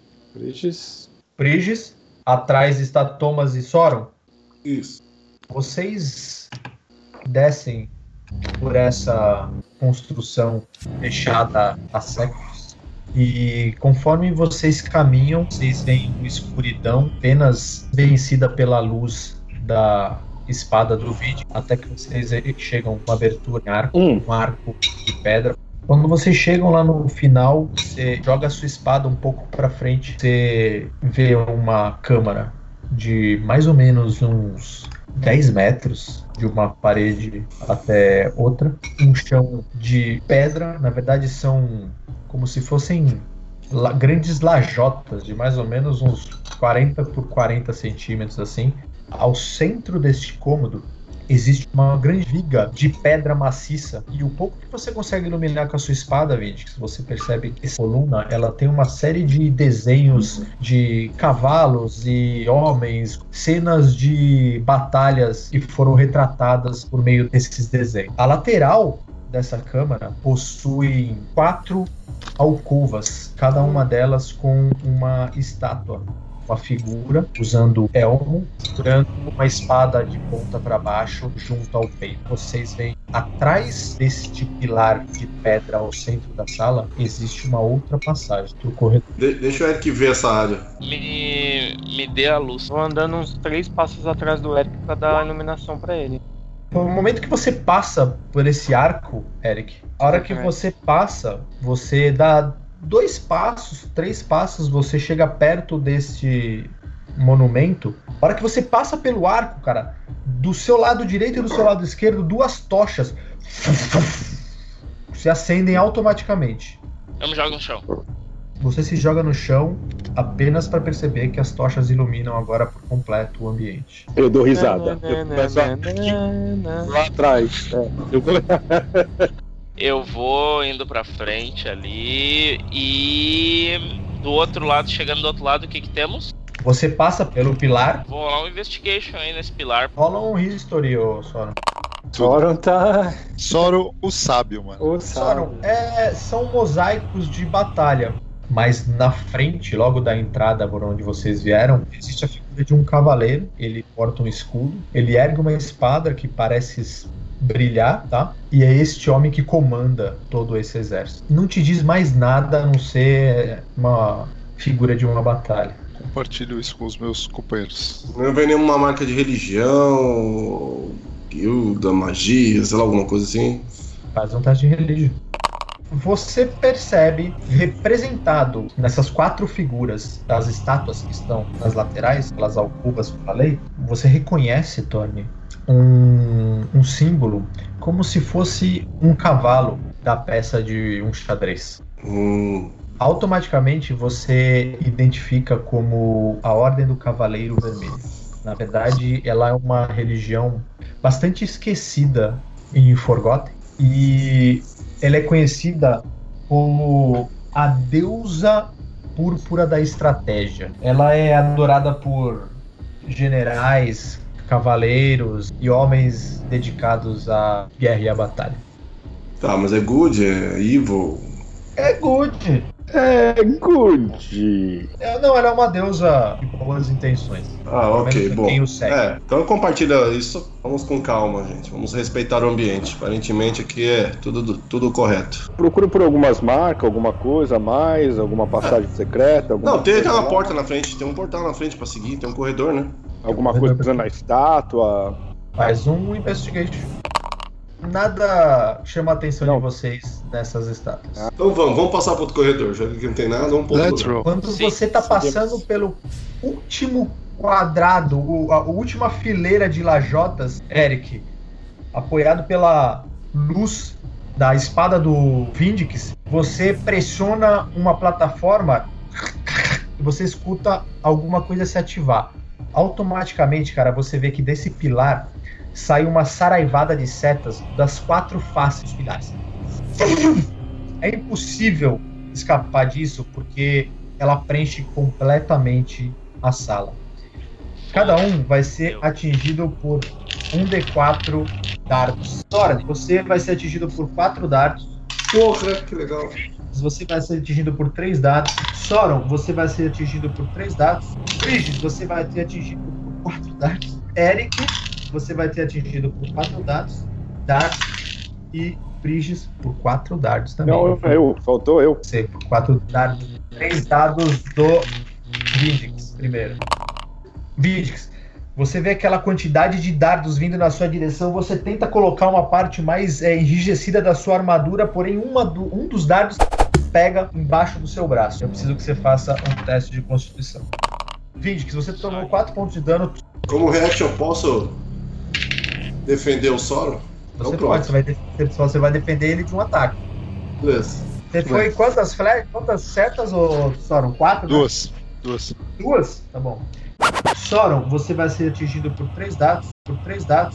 Bridges. Atrás está Thomas e Soron. Isso. Vocês descem por essa construção fechada há séculos. E conforme vocês caminham, vocês veem uma escuridão apenas vencida pela luz da espada do vídeo, até que vocês chegam com uma abertura em arco, um arco de pedra. Quando vocês chegam lá no final, você joga a sua espada um pouco para frente, você vê uma câmara de mais ou menos uns 10 metros de uma parede até outra, um chão de pedra, na verdade são como se fossem grandes lajotas de mais ou menos uns 40 por 40 centímetros assim. Ao centro deste cômodo existe uma grande viga de pedra maciça e o pouco que você consegue iluminar com a sua espada, Vindix, você percebe que essa coluna ela tem uma série de desenhos de cavalos e homens, cenas de batalhas que foram retratadas por meio desses desenhos. A lateral dessa câmara possui 4 alcovas, cada uma delas com uma estátua, uma figura usando elmo, segurando uma espada de ponta para baixo junto ao peito. Vocês veem atrás deste pilar de pedra ao centro da sala existe uma outra passagem do corredor. Deixa o Eric ver essa área. Me dê a luz. Vou andando uns 3 passos atrás do Eric para dar a iluminação para ele. No momento que você passa por esse arco, Eric, a hora que você passa, você dá 2 passos, 3 passos, você chega perto deste monumento, a hora que você passa pelo arco, cara, do seu lado direito e do seu lado esquerdo, 2 tochas se acendem automaticamente. Eu me jogo no chão. Você se joga no chão apenas para perceber que as tochas iluminam agora por completo o ambiente. Eu dou risada. Eu começo lá atrás. Eu vou indo pra frente ali e do outro lado, chegando do outro lado, o que temos? Você passa pelo pilar. Vou rolar um investigation aí nesse pilar. Rola um history, ô Soron. Soron tá... Soron, o sábio, mano. O Soron, são mosaicos de batalha. Mas na frente, logo da entrada por onde vocês vieram, existe a figura de um cavaleiro. Ele porta um escudo. Ele ergue uma espada que parece brilhar, tá? E é este homem que comanda todo esse exército. Não te diz mais nada a não ser uma figura de uma batalha. Compartilho isso com os meus companheiros. Não vem nenhuma marca de religião, guilda, magia, sei lá, alguma coisa assim. Faz um teste de religião. Você percebe representado nessas 4 figuras das estátuas que estão nas laterais, pelas alcovas que eu falei, você reconhece, Tony, um símbolo como se fosse um cavalo da peça de um xadrez. Automaticamente você identifica como a Ordem do Cavaleiro Vermelho. Na verdade, ela é uma religião bastante esquecida em Forgotten e ela é conhecida como a deusa púrpura da estratégia. Ela é adorada por generais, cavaleiros e homens dedicados à guerra e à batalha. Tá, mas é good? É evil? É good. É good. Não, ela é uma deusa de boas intenções. Ah, ok, bom. Quem o segue. Então compartilha isso. Vamos com calma, gente. Vamos respeitar o ambiente. Aparentemente aqui é tudo correto. Procura por algumas marcas, alguma coisa a mais, alguma passagem secreta. Não, tem uma porta na frente. Tem um portal na frente pra seguir. Tem um corredor, né? Alguma coisa usando a estátua. Faz um investigation. Nada chama a atenção de vocês nessas estátuas. Então vamos passar para outro corredor. Já que não tem nada, vamos para outro corredor. Quando você tá passando pelo último quadrado, a última fileira de lajotas, Eric, apoiado pela luz da espada do Vindix, você pressiona uma plataforma e você escuta alguma coisa se ativar. Automaticamente, cara, você vê que desse pilar sai uma saraivada de setas das 4 faces dos pilares. É impossível escapar disso porque ela preenche completamente a sala. Cada um vai ser atingido por um D4 dardos. Soren, você vai ser atingido por 4 dardos. Porra, que legal. Você vai ser atingido por 3 dados. Soron, você vai ser atingido por 3 dados. Frigis, você vai ser atingido por 4 dados. Eric, você vai ter atingido por 4 dados. Dark e Frigis por 4 dardos também. Não, faltou eu. Você, por 4 dardos. 3 dados do Vindix primeiro. Vindix, você vê aquela quantidade de dardos vindo na sua direção, você tenta colocar uma parte mais enrijecida da sua armadura, porém um dos dardos pega embaixo do seu braço. Eu preciso que você faça um teste de constituição. Vindix, você tomou 4 pontos de dano. Como reaction, eu posso defender o Soron? Você pode, você vai defender ele de um ataque. Beleza. Você foi quantas setas, ou Soron? 4? Duas. Duas? Tá bom. Soron, você vai ser atingido por 3 dados. 3 dados.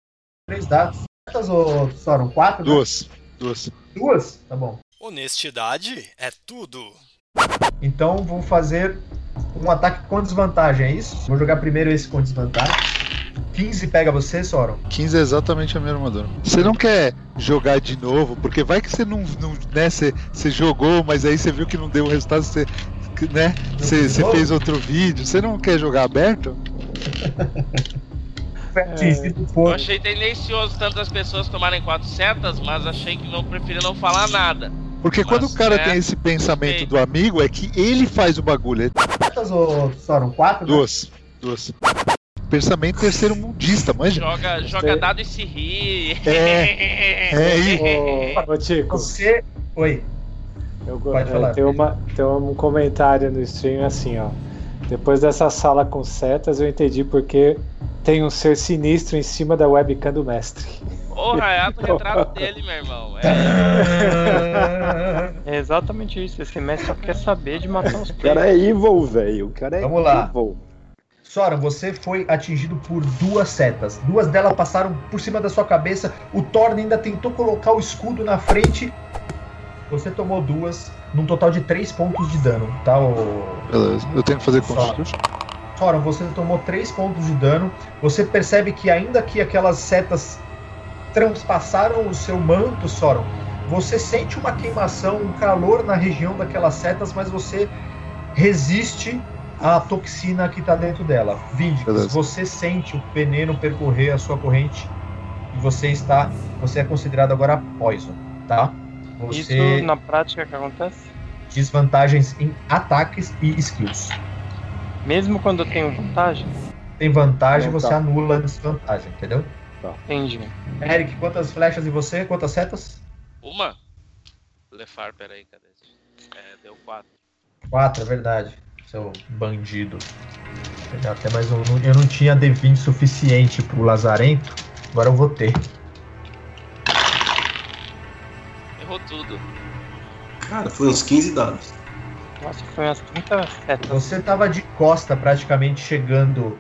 Setas, ou Soron? 4? Duas. Duas? Tá bom. Honestidade é tudo. Então vou fazer um ataque com desvantagem, é isso? Vou jogar primeiro esse com desvantagem. 15 pega você, Soron? 15 é exatamente a minha armadura. Você não quer jogar de novo, porque vai que você não né, você jogou, mas aí você viu que não deu o resultado, você fez outro vídeo. Você não quer jogar aberto? Eu achei tendencioso tantas pessoas tomarem 4 setas, mas achei que não preferi não falar nada. Porque quando o cara tem esse pensamento do amigo, é que ele faz o bagulho. Quantas, Soron? 4? Duas. Pensamento terceiro mundista, manja. Joga dado e se ri. Ô, Tico. Você... Oi. Pode falar. Tem um comentário no stream assim, ó. Depois dessa sala com setas, eu entendi porque tem um ser sinistro em cima da webcam do mestre. Porra, é o retrato dele, meu irmão. É exatamente isso. Esse mestre só quer saber de matar os O cara é evil, velho. O cara é Vamos lá. evil. Soren, você foi atingido por 2 setas. 2 delas passaram por cima da sua cabeça. O Thorne ainda tentou colocar o escudo na frente. Você tomou 2, num total de 3 pontos de dano, tá? Beleza, eu tenho que fazer Constitution. Soren, você tomou 3 pontos de dano. Você percebe que ainda que aquelas setas transpassaram o seu manto, Soren, você sente uma queimação, um calor na região daquelas setas, mas você resiste à toxina que está dentro dela. Vindicus, você sente o veneno percorrer a sua corrente e você é considerado agora poison, tá? Isso na prática que acontece? Desvantagens em ataques e skills. Mesmo quando eu tenho vantagem? Tem vantagem, você anula a desvantagem, entendeu? Tá. Entendi. Eric, quantas flechas em você? Quantas setas? Uma? Lefar, peraí, cadê? Deu 4. 4, é verdade. Seu bandido. Até mais eu não tinha D20 suficiente pro Lazarento, agora eu vou ter. Errou tudo. Cara, foi uns 15 dados. Nossa, foi umas 30 setas. Você tava de costa praticamente chegando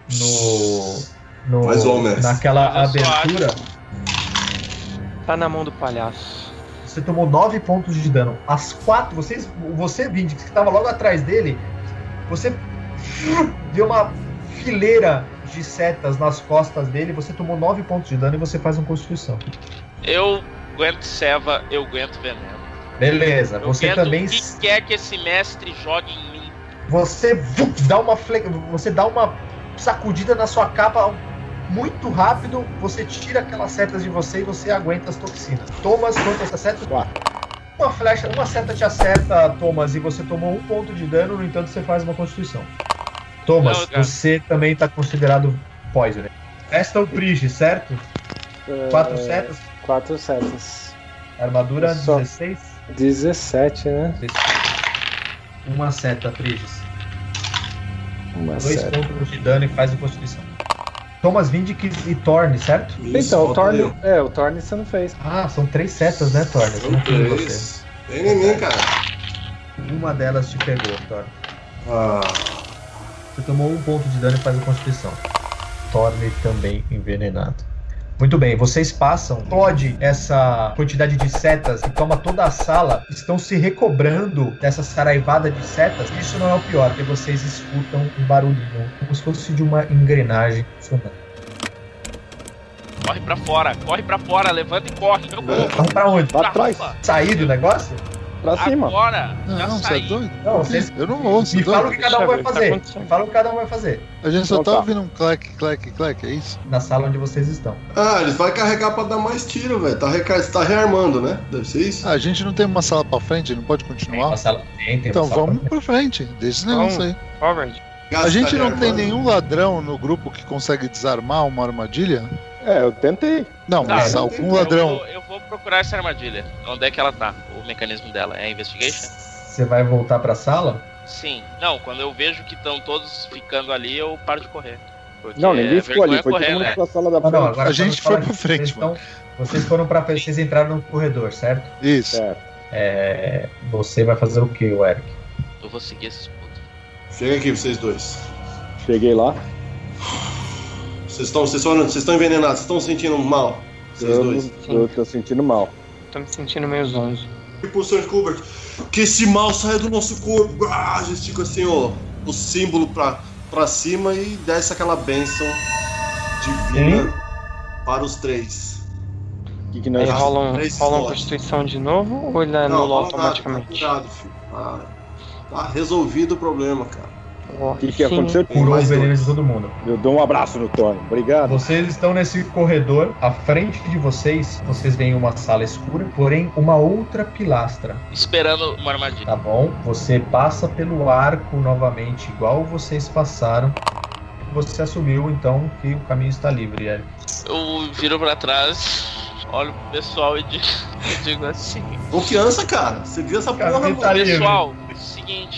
naquela abertura. Tá na mão do palhaço. Você tomou 9 pontos de dano. As 4, você Vindix, que tava logo atrás dele, você deu uma fileira de setas nas costas dele, você tomou 9 pontos de dano e você faz uma Constituição. Eu aguento Seva, eu aguento veneno. Beleza, você também... O que quer que esse mestre jogue em mim? Você dá uma sacudida na sua capa muito rápido, você tira aquelas setas de você e você aguenta as toxinas. Thomas, quantas setas? 4. Uma seta te acerta, Thomas, e você tomou 1 ponto de dano, no entanto você faz uma Constituição. Thomas, você também está considerado poison. Resta o Prige, certo? 4 setas? 4 setas. Armadura 16? 17, né? Uma seta, Prigis. 2 pontos de dano e faz a Constituição. Thomas, Vindicus e Thorne, certo? Então, o Thorne você não fez. Ah, são 3 setas, né, Thorne? São 3. Tem em mim, cara. Uma delas te pegou, Thorne. Você tomou 1 ponto de dano e faz a Constituição. Thorne também envenenado. Muito bem, vocês passam, explode essa quantidade de setas que toma toda a sala, estão se recobrando dessa saraivada de setas. Isso não é o pior, porque vocês escutam um barulhinho, como se fosse de uma engrenagem funcionando. Corre pra fora, levanta e corre, meu povo. Corre pra onde? Pra trás. Sair do negócio? Pra cima. Agora, Você é doido? Não, vocês... Eu não ouço. Me fala o que cada um vai fazer. Fala o que cada um vai fazer. A gente só tá ouvindo um clack, é isso? Na sala onde vocês estão. Ele vai carregar pra dar mais tiro, velho. Tá rearmando, né? Deve ser isso? A gente não tem uma sala pra frente, não pode continuar? Então vamos pra frente, deixa esse negócio aí. A gente não tem nenhum ladrão no grupo que consegue desarmar uma armadilha? Eu tentei. Não, mas algum ladrão... Eu vou procurar essa armadilha. Onde é que ela tá? O mecanismo dela é a investigation? Você vai voltar pra sala? Sim. Não, quando eu vejo que estão todos ficando ali, eu paro de correr. Não, ninguém ficou ali, foi todo mundo pra sala da frente. Não, agora a gente foi pra frente, mano. Vocês foram pra frente, vocês entraram no corredor, certo? Isso. Você vai fazer o que, Eric? Eu vou seguir esses pontos. Chega aqui, vocês dois. Cheguei lá. Vocês estão envenenados, vocês estão sentindo mal? Vocês dois? Eu tô sentindo mal. Tô me sentindo meio zonzo. Tipo o Sr. Kubert, que esse mal saia do nosso corpo. Gestica assim, ó, o símbolo pra cima e desce aquela bênção divina para os 3. Que nós rolam uma Constituição de novo ou ele anula automaticamente? Nada, filho. Tá resolvido o problema, cara. O que aconteceu? Curou o veneno de todo mundo. Eu dou um abraço no Thorne. Obrigado. Vocês estão nesse corredor. À frente de vocês veem uma sala escura, porém uma outra pilastra. Esperando uma armadilha. Tá bom. Você passa pelo arco novamente, igual vocês passaram. Você assumiu, então, que o caminho está livre, Eric. Eu viro pra trás, olho pro pessoal e digo assim... Confiança, cara. Você viu essa porra, pessoal, seguinte...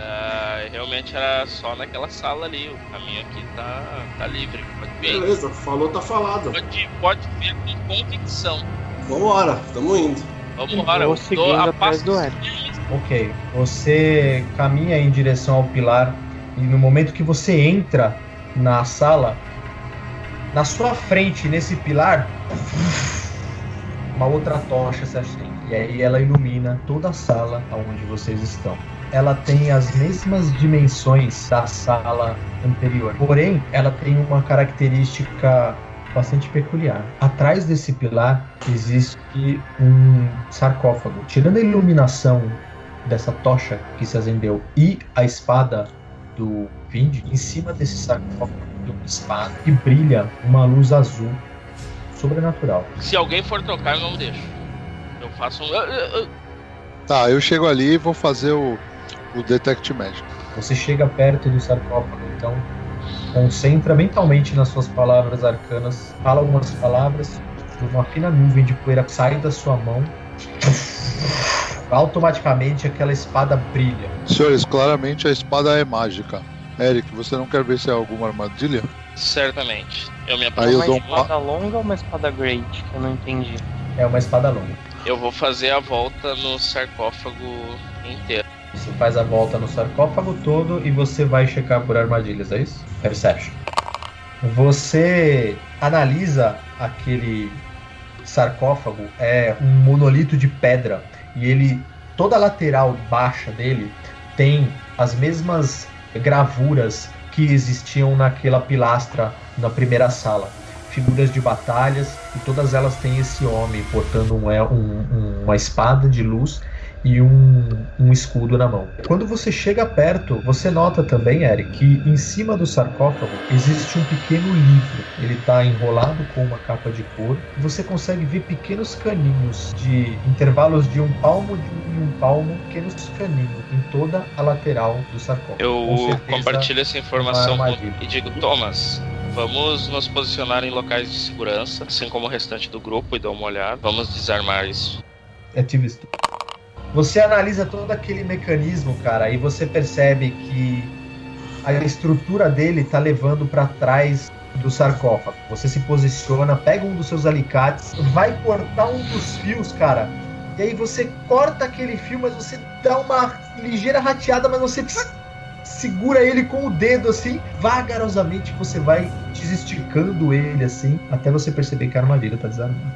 Realmente era só naquela sala ali. O caminho aqui tá livre. Pode ver. Beleza, falou, tá falado. Pode ver com convicção. Vambora, tamo indo. Vambora, eu seguindo atrás do Eric. Ok, você caminha em direção ao pilar e no momento que você entra na sala, na sua frente, nesse pilar, uma outra tocha se acende. E aí ela ilumina toda a sala onde vocês estão. Ela tem as mesmas dimensões da sala anterior, porém ela tem uma característica bastante peculiar. Atrás desse pilar existe um sarcófago. Tirando a iluminação dessa tocha que se acendeu e a espada do Vind, em cima desse sarcófago tem uma espada que brilha uma luz azul sobrenatural. Se alguém for trocar, eu não deixo. Eu faço um... Tá, eu chego ali e vou fazer o Detect Magic. Você chega perto do sarcófago, então concentra mentalmente nas suas palavras arcanas, fala algumas palavras, uma fina nuvem de poeira sai da sua mão, automaticamente aquela espada brilha. Senhores, claramente a espada é mágica. Eric, você não quer ver se é alguma armadilha? Certamente. Eu me aproximo. Uma espada longa ou uma espada great? Que eu não entendi. É uma espada longa. Eu vou fazer a volta no sarcófago inteiro. Você faz a volta no sarcófago todo e você vai checar por armadilhas, é isso? Perception. Você analisa aquele sarcófago, é um monolito de pedra, e ele, toda a lateral baixa dele tem as mesmas gravuras que existiam naquela pilastra na primeira sala. Figuras de batalhas, e todas elas têm esse homem portando uma espada de luz e um escudo na mão. Quando você chega perto, você nota também, Eric, que em cima do sarcófago existe um pequeno livro. Ele está enrolado com uma capa de couro. Você consegue ver pequenos caninhos de intervalos de um palmo em um palmo, pequenos caninhos em toda a lateral do sarcófago. Eu compartilho essa informação e digo, Thomas, vamos nos posicionar em locais de segurança, assim como o restante do grupo, e dar uma olhada. Vamos desarmar isso. Ativista. Você analisa todo aquele mecanismo, cara, e você percebe que a estrutura dele tá levando para trás do sarcófago. Você se posiciona, pega um dos seus alicates, vai cortar um dos fios, cara, e aí você corta aquele fio, mas você dá uma ligeira rateada, mas você segura ele com o dedo, assim, vagarosamente você vai desesticando ele, assim, até você perceber que a armadilha tá desarmada.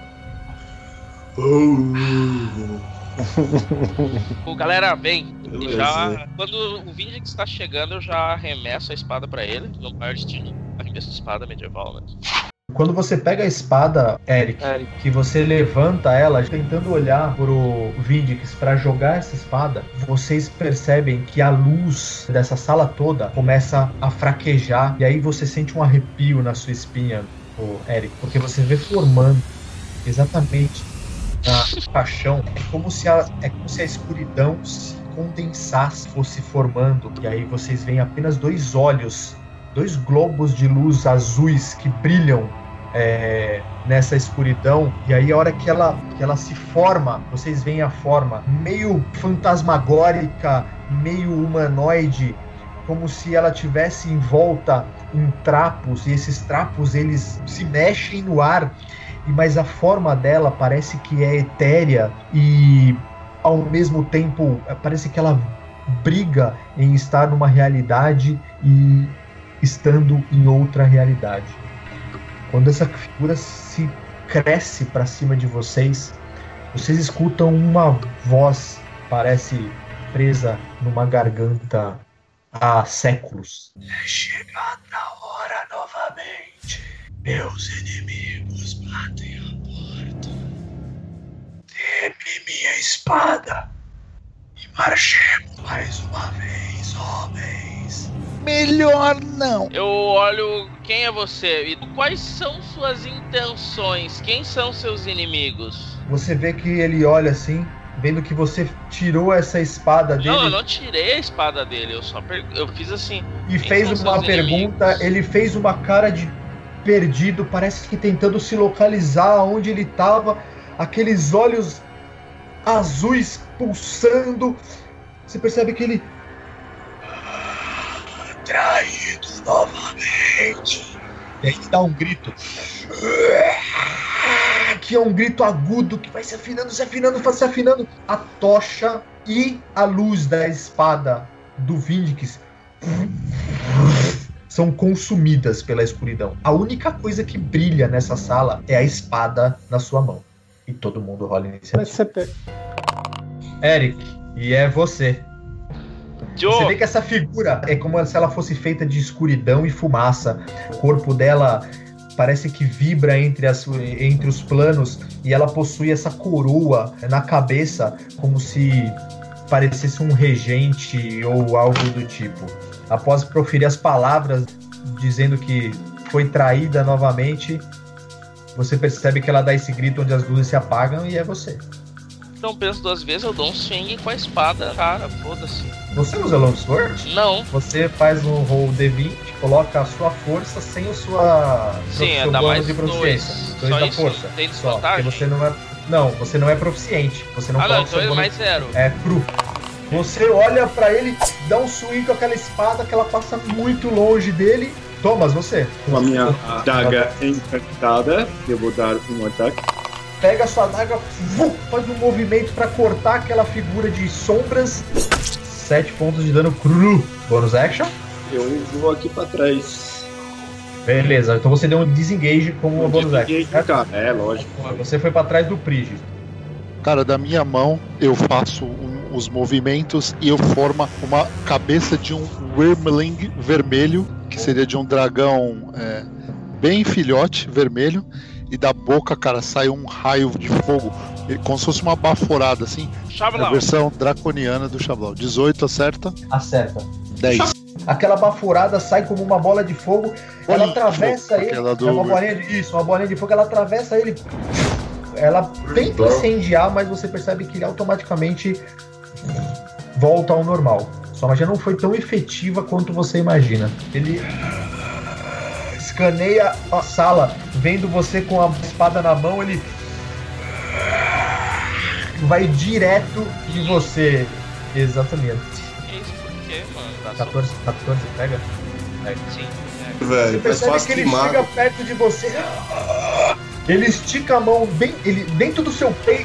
Galera, vem. Já, quando o Vindix está chegando, eu já arremesso a espada pra ele, no maior estilo. Arremesso a espada medieval, né? Quando você pega a espada, Eric, que você levanta ela, tentando olhar pro Vindix para jogar essa espada, vocês percebem que a luz dessa sala toda começa a fraquejar, e aí você sente um arrepio na sua espinha, Eric, porque você vê formando exatamente na paixão, é como se a escuridão se condensasse, fosse formando, e aí vocês veem apenas dois olhos, dois globos de luz azuis que brilham nessa escuridão, e aí a hora que ela se forma, vocês veem a forma meio fantasmagórica, meio humanoide, como se ela tivesse envolta em trapos, e esses trapos eles se mexem no ar, mas a forma dela parece que é etérea e ao mesmo tempo parece que ela briga em estar numa realidade e estando em outra realidade. Quando essa figura se cresce para cima de vocês, vocês escutam uma voz, parece presa numa garganta há séculos. É chegada a hora novamente. Meus inimigos batem a porta. Dê-me minha espada e marchemos mais uma vez, homens. Melhor não. Eu olho, quem é você? E quais são suas intenções? Quem são seus inimigos? Você vê que ele olha assim, vendo que você tirou essa espada dele. Não, eu não tirei a espada dele, eu fiz assim. E fez uma pergunta, inimigos? Ele fez uma cara de perdido, parece que tentando se localizar onde ele estava, aqueles olhos azuis pulsando. Você percebe que ele... traídos novamente. E aí dá um grito. Que é um grito agudo que vai se afinando. A tocha e a luz da espada do Vindix são consumidas pela escuridão. A única coisa que brilha nessa sala é a espada na sua mão. E todo mundo rola iniciativa. Eric, e é você. Você vê que essa figura é como se ela fosse feita de escuridão e fumaça. O corpo dela parece que vibra entre os planos e ela possui essa coroa na cabeça, como se parecesse um regente ou algo do tipo. Após proferir as palavras dizendo que foi traída novamente, você percebe que ela dá esse grito onde as luzes se apagam e é você. Não penso duas vezes, eu dou um swing com a espada, cara, foda-se. Você usa Longsword? Não. Você faz um roll D20, coloca a sua força sem o seu bônus de proficiência. 2 da força. Tem desvantagem? Porque você não é proficiente. Você não não, então é mais 0. É cru. Você olha pra ele, dá um swing com aquela espada que ela passa muito longe dele. Thomas, você. Com a minha daga encantada, eu vou dar um ataque. Pega a sua adaga, faz um movimento pra cortar aquela figura de sombras. 7 pontos de dano cru. Bonus action. Eu vou aqui pra trás. Beleza, então você deu um disengage com o bonus action. Cara. É, lógico. Você foi pra trás do Prigis. Cara, da minha mão eu faço os movimentos e eu formo uma cabeça de um Wyrmling vermelho, que seria de um dragão bem filhote, vermelho. E da boca, cara, sai um raio de fogo, como se fosse uma baforada, assim. Xablau. A versão draconiana do Xablau. 18 acerta? Acerta. 10. Aquela baforada sai como uma bola de fogo, ela atravessa ele. É uma bolinha de fogo, ela atravessa ele. Ela tenta incendiar, mas você percebe que ele automaticamente volta ao normal. Sua magia não foi tão efetiva quanto você imagina. Ele escaneia a sala, vendo você com a espada na mão, ele vai direto de você. Exatamente. Que isso, por quê, mano? 14 pega? Sim. Velho, você percebe que ele chega perto de você. Ele estica a mão dentro do seu peito.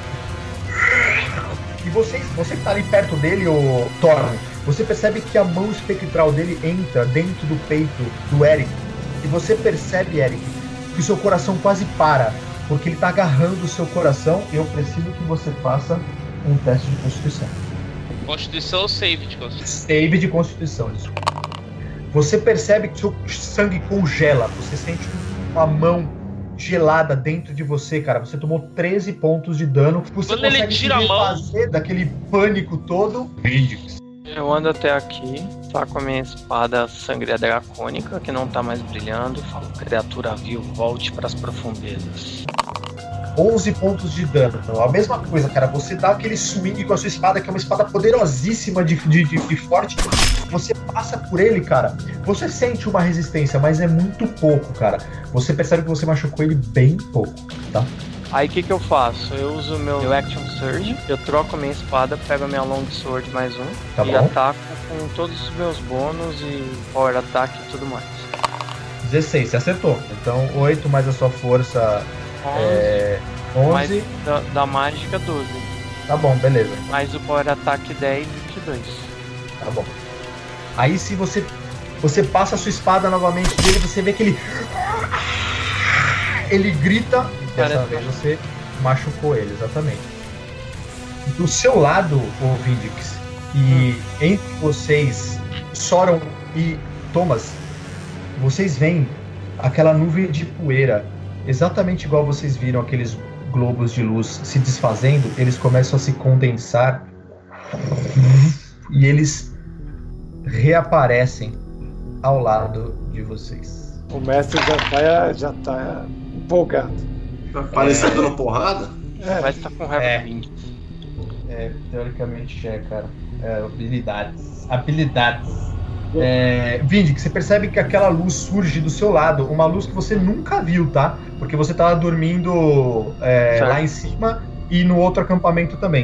E você que tá ali perto dele, o Thorne, você percebe que a mão espectral dele entra dentro do peito do Eric. E você percebe, Eric, que o seu coração quase para, porque ele tá agarrando o seu coração. E eu preciso que você faça um teste de Constituição. Constituição ou save de Constituição? Save de Constituição, desculpa. Você percebe que seu sangue congela. Você sente uma mão gelada dentro de você, cara. Você tomou 13 pontos de dano. Você quando ele tira a mão daquele pânico todo. Eu ando até aqui, saco a minha espada sangria dracônica, que não tá mais brilhando, e falo: criatura vil, volte pras profundezas. 11 pontos de dano. Então, a mesma coisa, cara. Você dá aquele swing com a sua espada, que é uma espada poderosíssima de forte. Você passa por ele, cara. Você sente uma resistência, mas é muito pouco, cara. Você percebe que você machucou ele bem pouco, tá? Aí o que eu faço? Eu uso meu Action Surge, eu troco a minha espada, pego a minha Long Sword mais um, tá e bom. ataco com todos os meus bônus e Power Attack e tudo mais. 16, você acertou. Então 8 mais a sua força 11. Mais da mágica 12. Tá bom, beleza. Mais o Power Attack 10 e 22. Tá bom. Aí se você passa a sua espada novamente dele, você vê que ele grita. Dessa vez você machucou ele, exatamente. Do seu lado, o Vindix, e entre vocês, Soron e Thomas, vocês veem aquela nuvem de poeira, exatamente igual vocês viram aqueles globos de luz se desfazendo. Eles começam a se condensar e eles reaparecem ao lado de vocês. O mestre já tá empolgado. Parecendo dando porrada? Vai estar com raiva do Vindix. Teoricamente cara. Habilidades. Vindix, você percebe que aquela luz surge do seu lado, uma luz que você nunca viu, tá? Porque você tava dormindo lá em cima e no outro acampamento também.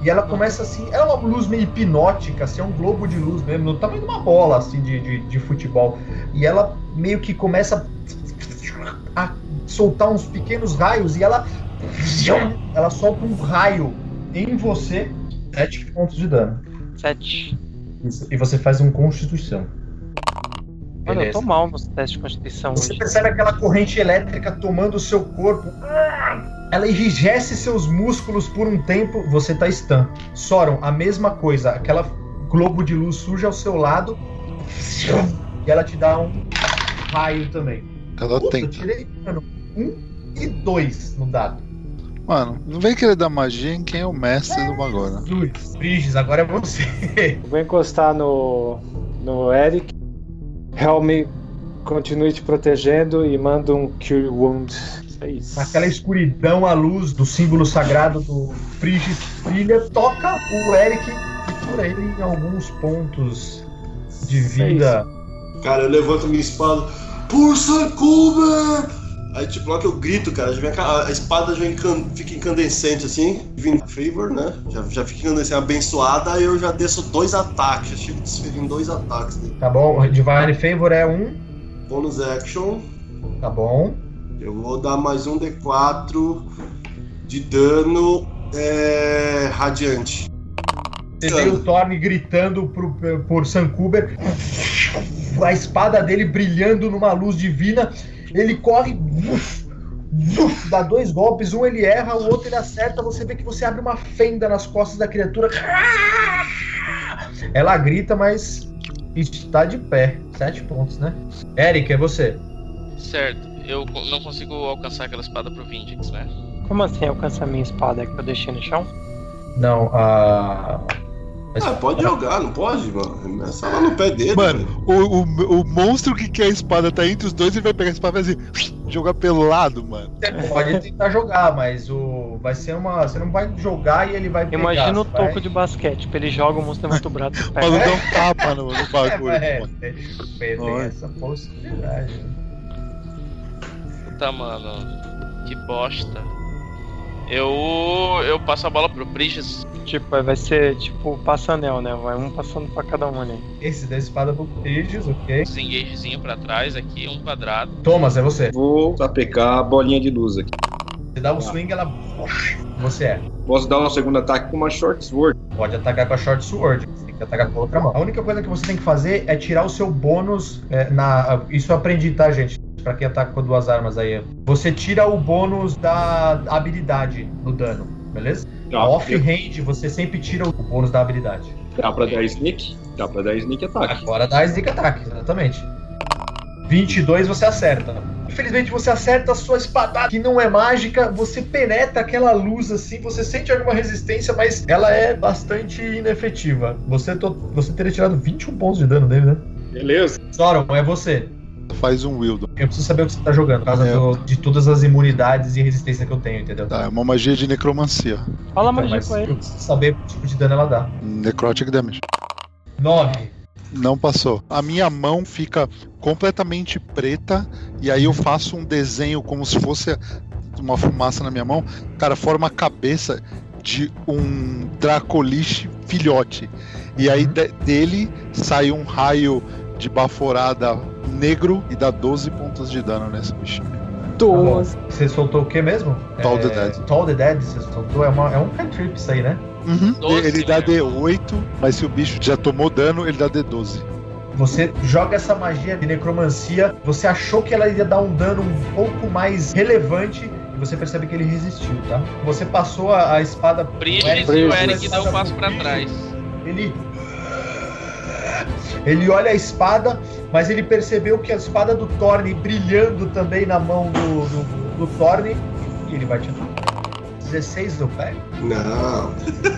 E ela começa assim, é uma luz meio hipnótica, assim, é um globo de luz mesmo, no tamanho de uma bola, assim, de futebol. E ela meio que começa a soltar uns pequenos raios e ela solta um raio em você, 7 pontos de dano. 7. Isso. E você faz um Constituição. Mano, eu tô mal nos testes de Constituição. Você percebe aquela corrente elétrica tomando o seu corpo. Ela enrijece seus músculos por um tempo. Você tá stun. Soron, a mesma coisa. Aquela globo de luz surge ao seu lado. E ela te dá um raio também. Ela tem. Eu tirei, mano, 1 e 2 no dado. Mano, não vem querer dar magia em quem é o mestre do bagulho. Luiz, Briges, agora é você. Eu vou encostar no Eric. Helm, continue te protegendo e manda um Cure Wound. É isso. Naquela escuridão, a luz do símbolo sagrado do Friges brilha, toca o Eric e cura ele em alguns pontos de vida. Cara, eu levanto minha espada. Por Sankuber! Aí tipo, logo que eu grito, cara, a espada já fica incandescente assim, Divine Favor, né? Já fica incandescente, abençoada, aí eu já desço 2 ataques, já chego desferindo 2 ataques. Né? Tá bom, Divine Favor é um. Bonus action. Tá bom. Eu vou dar mais um D4 de dano radiante. Você vê o Thorne gritando por Sankuber, a espada dele brilhando numa luz divina. Ele corre, dá 2 golpes, um ele erra, o outro ele acerta, você vê que você abre uma fenda nas costas da criatura. Ela grita, mas está de pé. 7 pontos, né? Eric, é você. Certo, eu não consigo alcançar aquela espada pro Vindix, né? Como assim alcançar a minha espada que eu deixei no chão? Não, pode jogar, não pode, mano? Essa lá no pé dele. Mano, o monstro que quer a espada tá entre os dois e vai pegar a espada e vai assim, jogar pelo lado, mano. Você pode tentar jogar, mas vai ser uma. Você não vai jogar e ele vai pegar. Imagina o toco de basquete, tipo, ele joga, o monstro levanta o braço e pega. Mas não dá um tapa no bagulho. Tem essa possibilidade. Puta, mano, que bosta. Eu passo a bola pro Briges. Tipo, vai ser tipo passa-anel, né? Vai um passando pra cada um ali. Esse da espada pro Briges, ok. Desengagezinho pra trás aqui, um quadrado. Thomas, é você. Vou aplicar a bolinha de luz aqui. Você dá um swing, ela. Você é. Posso dar um segundo ataque com uma short sword. Pode atacar com a short sword. Você tem que atacar com a outra mão. A única coisa que você tem que fazer é tirar o seu bônus Isso eu aprendi, tá, gente? Pra quem ataca com 2 armas aí. Você tira o bônus da habilidade no dano, beleza? Off-range, você sempre tira o bônus da habilidade. Dá pra dar sneak? Dá pra dar sneak ataque. Agora dá sneak ataque, exatamente. 22 você acerta. Infelizmente você acerta a sua espada, que não é mágica, você penetra aquela luz assim, você sente alguma resistência, mas ela é bastante inefetiva. Você teria tirado 21 pontos de dano dele, né? Beleza. Soron, é você. Faz um Wildon. Eu preciso saber o que você tá jogando, por causa de todas as imunidades e resistência que eu tenho, entendeu? Tá, é uma magia de necromancia. Fala magia com ele. Eu preciso saber que tipo de dano ela dá. Necrotic damage. 9. Não passou. A minha mão fica completamente preta e aí eu faço um desenho como se fosse uma fumaça na minha mão. Cara, forma a cabeça de um Dracolich filhote. E aí dele sai um raio de baforada negro e dá 12 pontos de dano nesse bichinho. Você soltou o que mesmo? Toll the Dead. Toll the Dead, você soltou. É um cantrip isso aí, né? Uhum. 12, ele dá D8, mas se o bicho já tomou dano, ele dá D12. Você joga essa magia de necromancia, você achou que ela ia dar um dano um pouco mais relevante e você percebe que ele resistiu, tá? Você passou a espada... Briges e o Eric dá um passo pra trás. Ele olha a espada, mas ele percebeu que a espada do Thorne brilhando também na mão do Thorne e ele vai te dar. 16 eu pego? Não.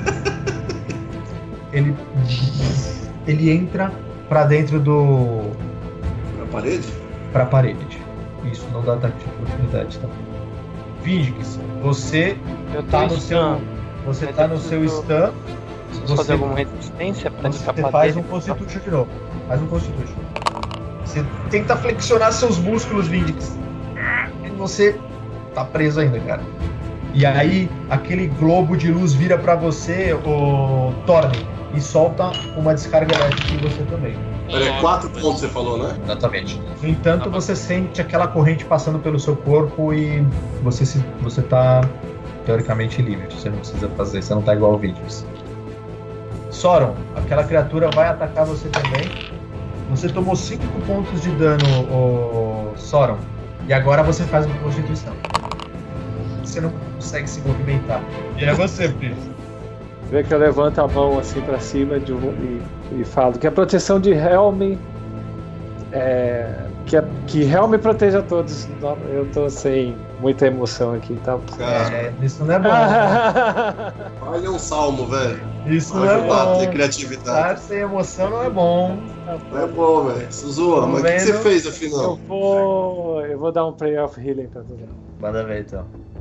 Ele entra pra dentro do... Pra parede? Pra parede. Isso, não dá ataque de oportunidade, tá? Vindix, você tá no seu... Você tá no seu stun. Você fazer alguma resistência pra escapar dele? Você faz um Constitution de novo. Faz um Constitution. Você tenta flexionar seus músculos, Vindix. E você tá preso ainda, cara. E aí, aquele globo de luz vira pra você, o Thorne, e solta uma descarga elétrica em você também. Peraí, 4 pontos você falou, né? Exatamente. No entanto, você sente aquela corrente passando pelo seu corpo e você tá teoricamente livre. Você não precisa fazer, você não tá igual ao Vídeos. Sauron, aquela criatura vai atacar você também. Você tomou 5 pontos de dano, Sauron. E agora você faz uma constituição. Você não consegue se movimentar. E é você, Pris. Vê que eu levanto a mão assim pra cima e falo que a proteção de Helm que Helm proteja todos. Eu tô sem muita emoção aqui, tá? Isso não é bom. Olha um salmo, velho. Isso não é bom. Ter criatividade. Estar sem emoção não é bom. Não é bom, velho. Suzua, mas o que você fez afinal? Eu vou dar um Prayer of Healing pra todo mundo. Manda ver então.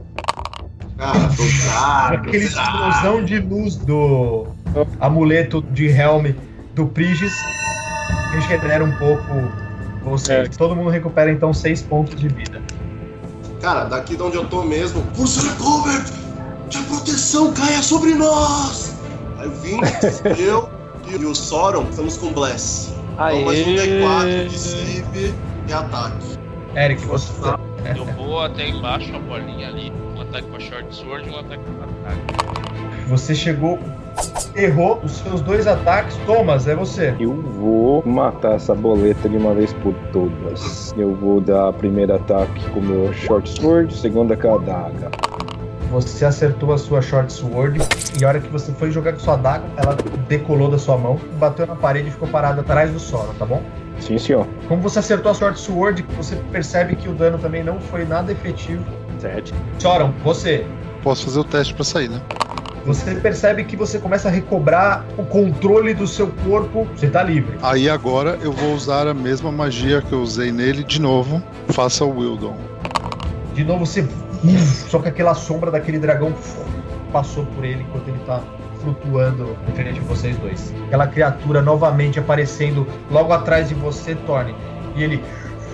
Aquele explosão de luz do amuleto de Helm do Prigis regenera um pouco você. Todo mundo recupera então 6 pontos de vida. Cara, daqui de onde eu tô mesmo, Força Recover! Que a proteção caia sobre nós! Aí vim, eu e o Sauron estamos com Bless. Então mais um D4 de save e ataque. Eric, você tá. Eu vou até embaixo, a bolinha ali. Um ataque com a Short Sword e um ataque com a ataque. Você chegou, errou os seus 2 ataques. Thomas, é você. Eu vou matar essa boleta de uma vez por todas. Eu vou dar primeiro ataque com o meu Short Sword, segunda com a adaga. Você acertou a sua Short Sword e a hora que você foi jogar com sua adaga, ela decolou da sua mão, bateu na parede e ficou parada atrás do Sauron, tá bom? Sim, senhor. Como você acertou a Short Sword, você percebe que o dano também não foi nada efetivo. 7. Sauron, você. Posso fazer o teste pra sair, né? Você percebe que você começa a recobrar o controle do seu corpo. Você tá livre. Aí agora eu vou usar a mesma magia que eu usei nele de novo. Faça o Wildon. De novo você... Só que aquela sombra daquele dragão passou por ele enquanto ele tá flutuando em frente de vocês dois. Aquela criatura novamente aparecendo logo atrás de você, Thorne. E ele...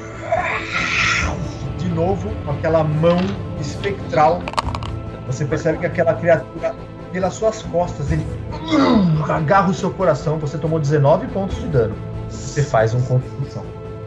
De novo, com aquela mão espectral. Você percebe que aquela criatura, pelas suas costas, ele agarra o seu coração. Você tomou 19 pontos de dano. Você faz uma constituição.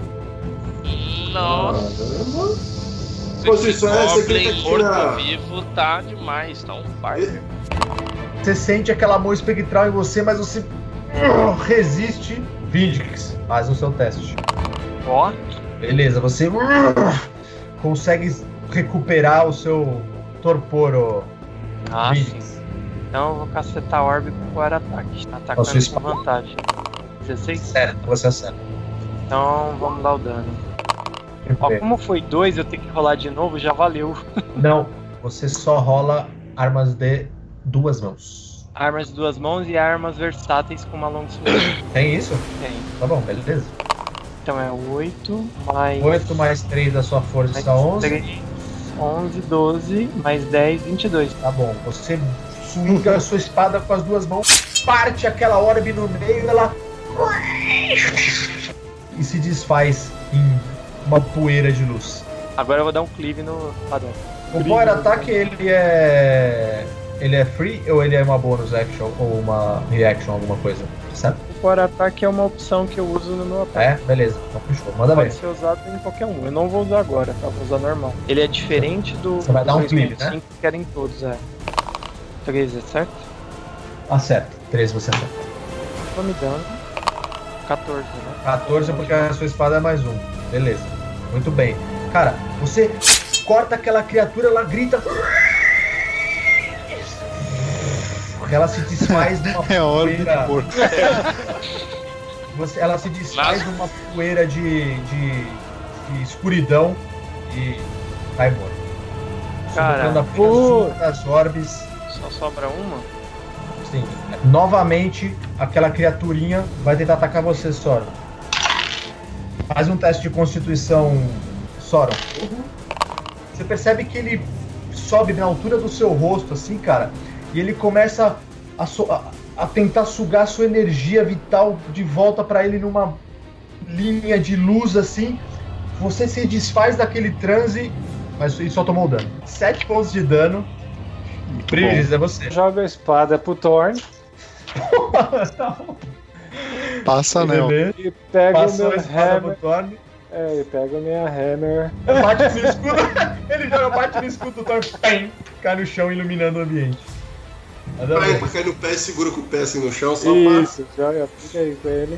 Nossa. Posição é essa que Goblin morto-vivo tá demais, tá um fire. Você sente aquela mão espectral em você, mas você resiste. Vindix, faz o seu teste. Ó. Beleza, você consegue recuperar o seu torpor, Vindix. Então eu vou cacetar o Orb com o ataque. Atacando com vantagem. 16? Certo, você acerta. Então vamos dar o dano. Ó, como foi 2, eu tenho que rolar de novo, já valeu. Não, você só rola armas de 2 mãos. Armas de 2 mãos e armas versáteis com uma longsword. Tem isso? Tem. Tá bom, beleza. Então é 8 mais... 8 mais 3 da sua força está 11. 3, 11, 12, mais 10, 22. Tá bom, você swinga a sua espada com as 2 mãos, parte aquela orbe no meio, ela... e se desfaz em uma poeira de luz. Agora eu vou dar um cleave no padrão. O Power Attack, ele é free ou ele é uma bonus action ou uma reaction, alguma coisa? Sabe? O Power Attack é uma opção que eu uso no meu ataque. Beleza. Então fechou. Manda ver. Pode ser usado em qualquer um. Eu não vou usar agora, tá? Vou usar normal. Ele é diferente do... Você vai dar um cleave, né? Que querem todos, 13, certo? Acerta. 13 você acerta. Tô me dando 14, né? 14 porque a sua espada é mais 1. Beleza. Muito bem. Cara, você corta aquela criatura, ela grita. Ela se desfaz numa poeira. Ela se desfaz numa poeira de escuridão e vai embora. Cara, das orbes. Só sobra uma? Sim. Novamente, aquela criaturinha vai tentar atacar você, Sauron. Faz um teste de constituição, Sauron. Você percebe que ele sobe na altura do seu rosto, assim, cara, e ele começa a tentar sugar sua energia vital de volta pra ele numa linha de luz, assim. Você se desfaz daquele transe, mas ele só tomou dano. 7 pontos de dano. Bridges, é você. Joga a espada pro Thorn. Passa anel. E pega Passou o meu a espada pro hammer. Thorn. E pega a minha hammer. Bate no escudo. Ele joga, bate no escudo do Thorn. Pam, cai no chão, iluminando o ambiente. Vai, pra cair no pé, segura com o pé assim no chão, só Isso, joga, fica aí com ele.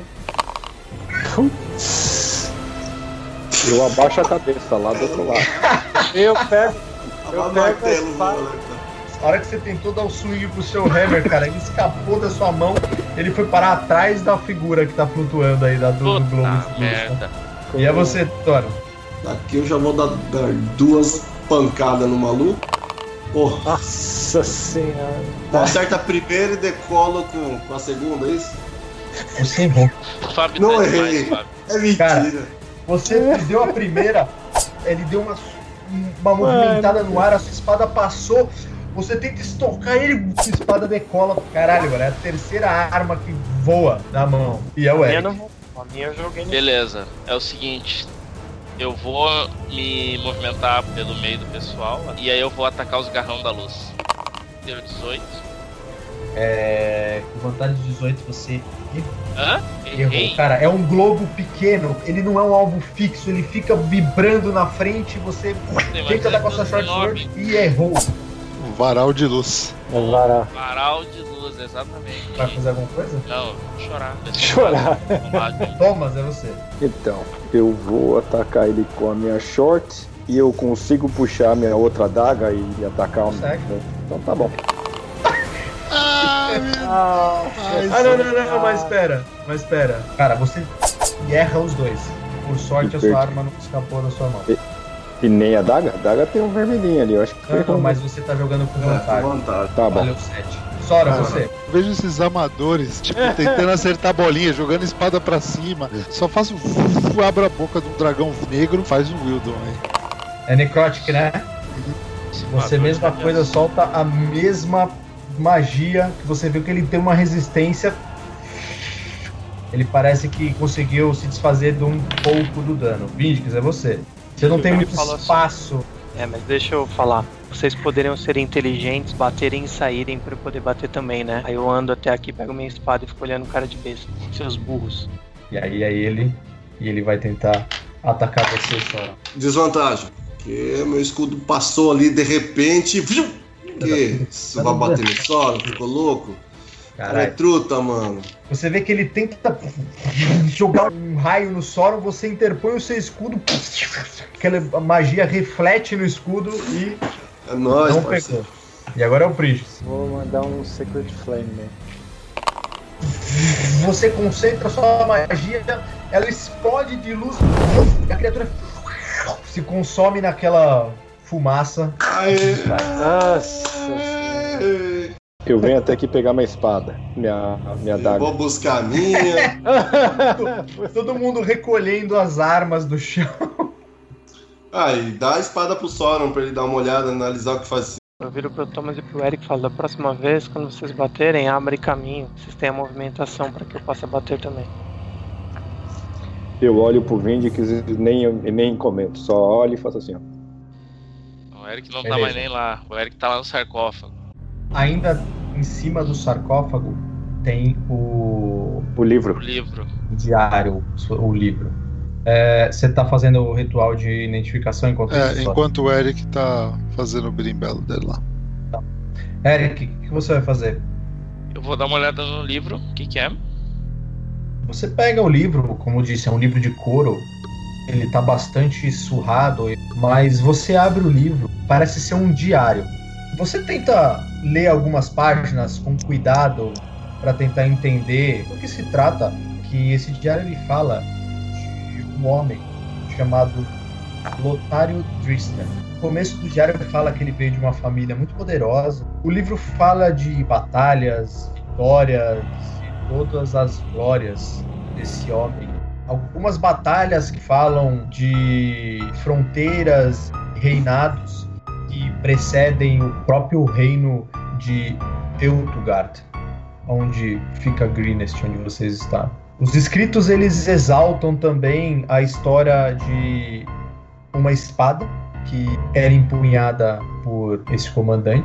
Eu abaixo a cabeça lá do outro lado. Eu pego a martelo, espada. A hora que você tentou dar o swing pro seu hammer, cara, ele escapou da sua mão, ele foi parar atrás da figura que tá flutuando aí do globo. Merda. E é você, Toro. Daqui eu já vou dar 2 pancadas no maluco. Porra. Nossa senhora. Eu acerto a primeira e decolo com a segunda, é isso? Você errou. Fábio, Não tá errei. demais, Fábio. É mentira. Cara, você deu a primeira, ele deu uma movimentada no ar, a sua espada passou, você tenta estocar ele, a espada decola. Caralho, velho, é a terceira arma que voa na mão. E é o Eric. A minha eu joguei no... Beleza, é o seguinte. Eu vou me movimentar pelo meio do pessoal e aí eu vou atacar os garrão da luz. Deu 18. Com vantagem de 18 você Hã? errou. Errei. Cara, é um globo pequeno, ele não é um alvo fixo, ele fica vibrando na frente, você tenta dar com a sua short sword e errou. Varal de luz. Varal de luz, exatamente. Vai fazer alguma coisa? Não, chorar. Chorar. Thomas, é você. Então, eu vou atacar ele com a minha short e eu consigo puxar a minha outra adaga e atacar o. Então tá bom. Não, mas espera. Cara, você erra os dois. Por sorte, a sua arma não escapou da sua mão. E nem a adaga? A adaga tem um vermelhinho ali, eu acho que foi. Não, mas você tá jogando com vantagem. Tá bom. Valeu 7. Sora, você. Eu vejo esses amadores, tipo, tentando acertar a bolinha, jogando espada pra cima. Só faz um abre a boca de um dragão negro, faz um Wildon aí. É necrótico, né? Você mesma coisa, solta a mesma magia que você viu que ele tem uma resistência. Ele parece que conseguiu se desfazer de um pouco do dano. Vindix, é você. Você não tem muito espaço. Mas deixa eu falar. Vocês poderiam ser inteligentes, baterem e saírem pra eu poder bater também, né? Aí eu ando até aqui, pego minha espada e fico olhando o cara de besta. Seus burros. E aí ele vai tentar atacar você, Sora. Desvantagem. Porque meu escudo passou ali de repente. Que? Você vai bater no solo? Ficou louco? Cara, é truta, mano. Você vê que ele tenta jogar um raio no Sauron, você interpõe o seu escudo, aquela magia reflete no escudo e é nóis, não parceiro. pegou. E agora é o Prigis. Vou mandar um Sacred Flame, né? Você concentra sua magia, ela explode de luz, a criatura se consome naquela fumaça. Nossa. Eu venho até aqui pegar minha espada, minha adaga. Vou buscar a minha. Todo mundo recolhendo as armas do chão. E dá a espada pro Sauron pra ele dar uma olhada, analisar o que faz. Eu viro pro Thomas e pro Eric e falo, da próxima vez, quando vocês baterem, abre caminho. Vocês têm a movimentação pra que eu possa bater também. Eu olho pro Vindix e nem comento, só olho e faço assim, ó. O Eric não tá mais nem lá, o Eric tá lá no sarcófago. Ainda em cima do sarcófago tem o livro. O diário, o livro. Você tá fazendo o ritual de identificação enquanto enquanto o Eric tá fazendo o berimbelo dele lá. Tá. Eric, o que você vai fazer? Eu vou dar uma olhada no livro, o que é? Você pega o livro, como eu disse, é um livro de couro. Ele tá bastante surrado, mas você abre o livro, parece ser um diário. Você tenta ler algumas páginas com cuidado para tentar entender do que se trata, que esse diário ele fala de um homem chamado Lotário Dristan. No começo do diário ele fala que ele veio de uma família muito poderosa. O livro fala de batalhas, vitórias e todas as glórias desse homem. Algumas batalhas que falam de fronteiras e reinados que precedem o próprio reino de Eutugard, onde fica Greenest, onde vocês estão. Os escritos eles exaltam também a história de uma espada que era empunhada por esse comandante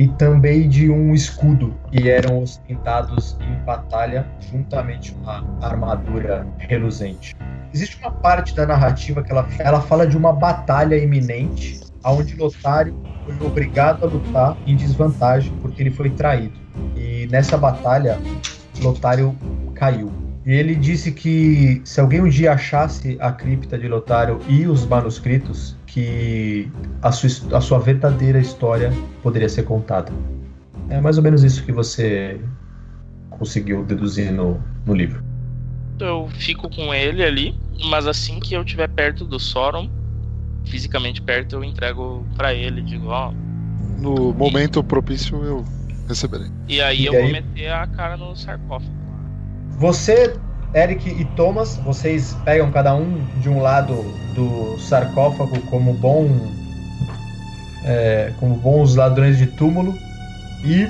e também de um escudo, que eram ostentados em batalha juntamente com uma armadura reluzente. Existe uma parte da narrativa que ela fala de uma batalha iminente, onde Lotário foi obrigado a lutar em desvantagem porque ele foi traído. E nessa batalha, Lotário caiu. E ele disse que se alguém um dia achasse a cripta de Lotário e os manuscritos, que a sua verdadeira história poderia ser contada. É mais ou menos isso que você conseguiu deduzir no livro. Eu fico com ele ali, mas assim que eu estiver perto do Sauron, fisicamente perto, eu entrego pra ele, digo, ó... No momento propício eu receberei. E aí eu vou meter a cara no sarcófago. Você, Eric e Thomas, vocês pegam cada um de um lado do sarcófago como bons ladrões de túmulo e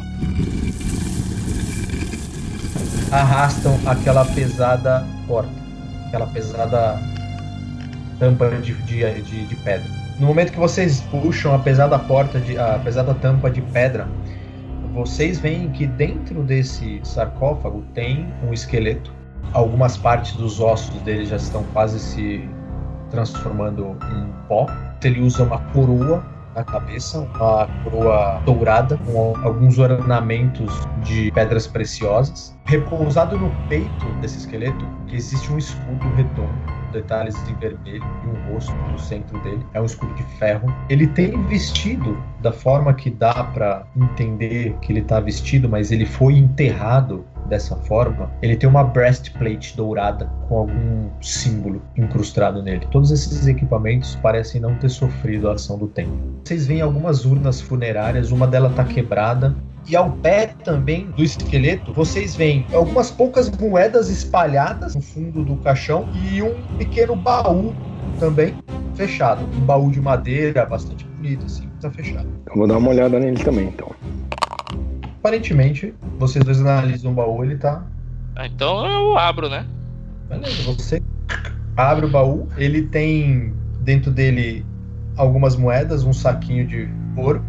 arrastam aquela pesada porta, aquela pesada tampa de pedra. No momento que vocês puxam a pesada tampa de pedra, vocês veem que dentro desse sarcófago tem um esqueleto. Algumas partes dos ossos dele já estão quase se transformando em pó. Ele usa uma coroa na cabeça, uma coroa dourada com alguns ornamentos de pedras preciosas. Repousado no peito desse esqueleto existe um escudo redondo, detalhes em vermelho e um rosto no centro dele. É um escudo de ferro. Ele tem vestido da forma que dá para entender que ele está vestido, mas ele foi enterrado dessa forma. Ele tem uma breastplate dourada com algum símbolo incrustado nele. Todos esses equipamentos parecem não ter sofrido a ação do tempo. Vocês veem algumas urnas funerárias, uma delas está quebrada. E ao pé também do esqueleto, vocês veem algumas poucas moedas espalhadas no fundo do caixão e um pequeno baú também fechado. Um baú de madeira bastante bonito, assim, tá fechado. Eu vou dar uma olhada nele também, então. Aparentemente, vocês dois analisam o baú, ele tá... Então eu abro, né? Beleza, você abre o baú, ele tem dentro dele algumas moedas, um saquinho de ouro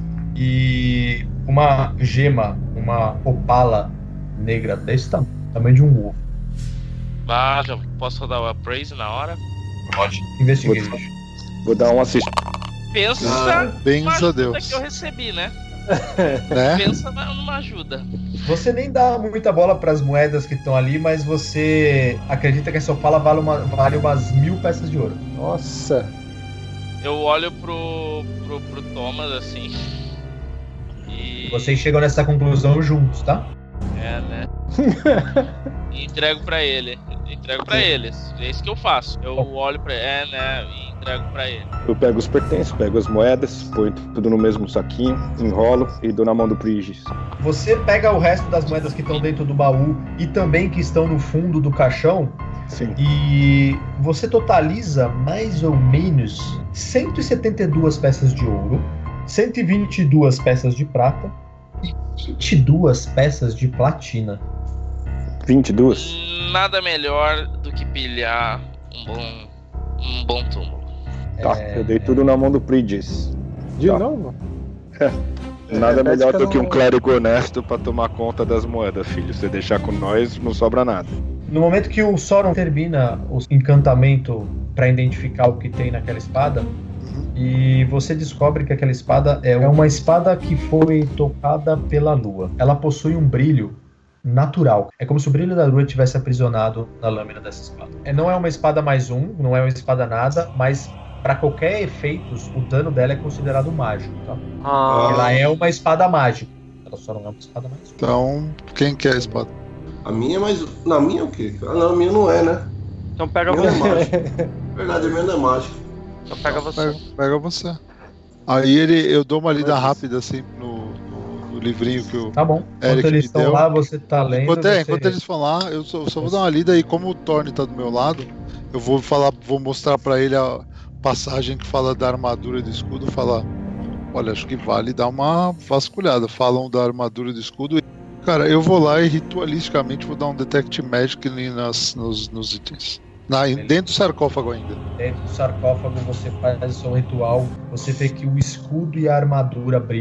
e uma gema, uma opala negra desse tamanho de um ovo. Ah, já posso dar o appraise na hora? Pode. Investigate. Vou dar um assist. Pensa bem numa a ajuda Deus. que eu recebi, né? Né? Pensa numa ajuda. Você nem dá muita bola para as moedas que estão ali, mas você acredita que essa opala vale umas 1000 peças de ouro. Nossa! Eu olho pro Thomas assim. E vocês chegam nessa conclusão juntos, tá? É, né? E entrego pra ele. É isso que eu faço. Eu olho pra ele, né? E entrego pra ele. Eu pego os pertences, pego as moedas, ponho tudo no mesmo saquinho, enrolo e dou na mão do Prigis. Você pega o resto das moedas que estão dentro do baú e também que estão no fundo do caixão. Sim. E você totaliza mais ou menos 172 peças de ouro, 122 peças de prata e 22 peças de platina. 22? Nada melhor do que pilhar um bom túmulo. Tá, eu dei tudo na mão do Prigis. De novo? Nada melhor do que um clérigo honesto pra tomar conta das moedas, filho. Se deixar com nós, não sobra nada. No momento que o Sauron termina o encantamento pra identificar o que tem naquela espada, e você descobre que aquela espada é uma espada que foi tocada pela lua. Ela possui um brilho natural. É como se o brilho da lua tivesse aprisionado na lâmina dessa espada. Não é uma espada mais não é uma espada nada, mas para qualquer efeito, o dano dela é considerado mágico, tá? Ela é uma espada mágica. Ela só não é uma espada mágica. Então, quem quer a espada? A minha é mais... Na minha é o quê? Ah, não, a minha não é, né? Então pega a minha você. É mágica. Verdade, a minha não é mágica. Então pega você. Pega você. Aí eu dou uma lida rápida assim no livrinho que o Tá bom. Eric Enquanto eles me deu. estão lá, você tá lendo. Enquanto eles vão lá, eu só vou dar uma lida, e como o Thorne tá do meu lado, eu vou mostrar pra ele a passagem que fala da armadura e do escudo, falar, olha, acho que vale dar uma vasculhada. Falam da armadura e do escudo. Cara, eu vou lá e ritualisticamente vou dar um Detect Magic ali nos itens. Dentro do sarcófago ainda. Dentro do sarcófago você faz o seu ritual, você vê que o escudo e a armadura brilham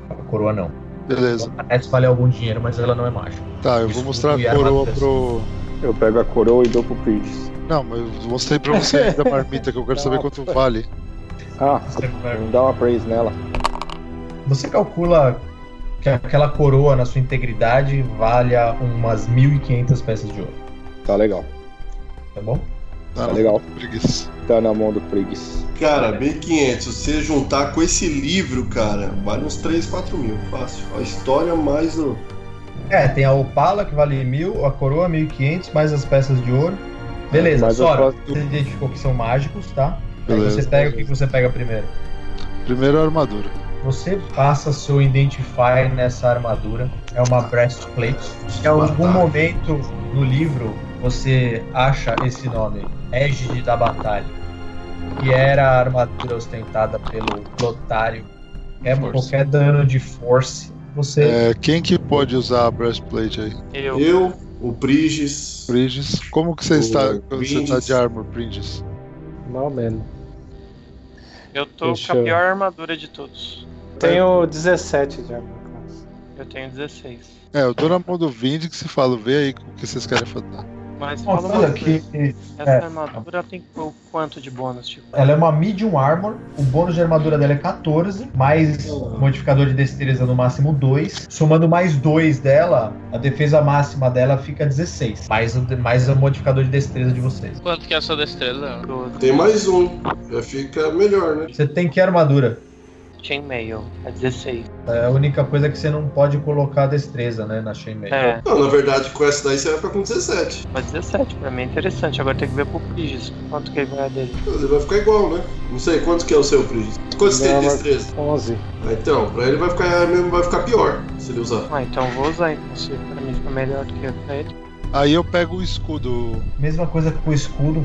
A coroa não. Beleza. Parece valer algum dinheiro, mas ela não é mágica. Tá, eu vou mostrar a coroa pro... Eu pego a coroa e dou pro Pridges. Não, mas eu mostrei pra você da marmita, que eu quero saber quanto vale. Vamos dar uma praise nela. Você calcula que aquela coroa, na sua integridade, valha umas 1.500 peças de ouro. Tá legal. Tá bom? Tá legal. Preguiça. Tá na mão do Preguiça. Cara, 1.500. Se você juntar com esse livro, cara, vale uns 3, 4 mil. Fácil. A história mais o... Tem a Opala que vale 1.000, a coroa 1.500, mais as peças de ouro. Beleza, Sora, você identificou que são mágicos, tá? Beleza. Aí você pega, o que você pega primeiro? Primeiro a armadura. Você passa seu Identify nessa armadura. É uma breastplate. Em algum momento no livro você acha esse nome, Égide da Batalha, que era a armadura ostentada pelo Lotário. Qualquer dano de force. Quem que pode usar a breastplate aí? Eu, o Pridges. Como que você está de armor, Pridges? Mal menos. Eu tô com a pior armadura de todos. Tenho 17 de armor class. Eu tenho 16. Eu dou na mão do Vind que se fala, vê aí o que vocês querem fazer. Mas fala uma coisa, essa armadura tem quanto de bônus? Tipo? Ela é uma medium armor, o bônus de armadura dela é 14, mais modificador de destreza no máximo 2. Somando mais 2 dela, a defesa máxima dela fica 16. Mais o modificador de destreza de vocês. Quanto que é a sua destreza? Tem mais um, já fica melhor, né? Você tem que armadura? Chainmail, é 16. É a única coisa que você não pode colocar destreza, né, na Chainmail. Não, na verdade, com essa daí você vai ficar com 17. Mas 17, pra mim é interessante. Agora tem que ver pro Pridges, quanto que vai dele. Ele vai ficar igual, né? Não sei, quanto que é o seu Pridges? Quanto você tem de destreza? 11. Então, pra ele vai ficar pior, se ele usar. Então eu vou usar, então, se pra mim fica melhor do que pra ele. Aí eu pego o escudo. Mesma coisa que o escudo,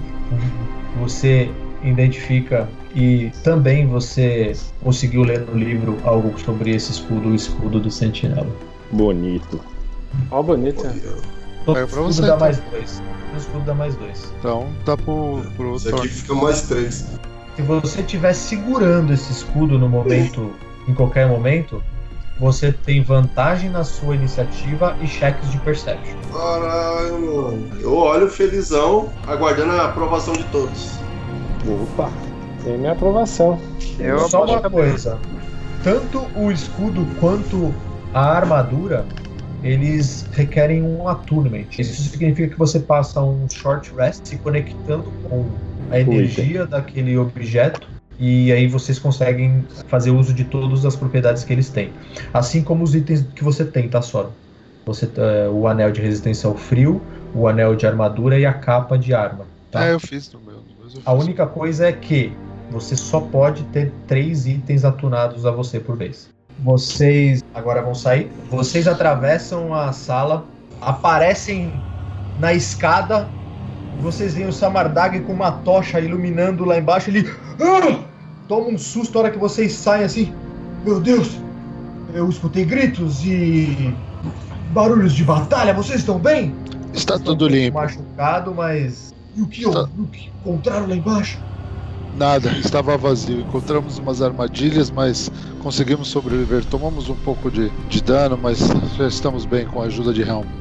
você identifica e também você conseguiu ler no livro algo sobre esse escudo, o escudo do Sentinela. Bonito. Ó, bonito. O escudo dá mais 2. O escudo dá mais 2. Então tá pro Esse aqui fica mais 3. Se você estiver segurando esse escudo no momento, em qualquer momento, você tem vantagem na sua iniciativa e cheques de Perception. Caralho, mano. Eu olho felizão, aguardando a aprovação de todos. Opa, tem minha aprovação. Só uma coisa, tanto o escudo quanto a armadura, eles requerem um attunement. Isso significa que você passa um short rest se conectando com a energia daquele objeto, e aí vocês conseguem fazer uso de todas as propriedades que eles têm. Assim como os itens que você tem, tá, Sora? Você o anel de resistência ao frio, o anel de armadura e a capa de arma. Tá? Eu fiz no meu. A única coisa é que você só pode ter 3 itens atunados a você por vez. Vocês agora vão sair. Vocês atravessam a sala, aparecem na escada. Vocês veem o Samardag com uma tocha iluminando lá embaixo. Ele toma um susto na hora que vocês saem assim. Meu Deus! Eu escutei gritos e barulhos de batalha. Vocês estão bem? Está tudo limpo. Machucado, mas... E o que encontraram lá embaixo? Nada, estava vazio. Encontramos umas armadilhas, mas conseguimos sobreviver. Tomamos um pouco de dano, mas já estamos bem com a ajuda de Helm.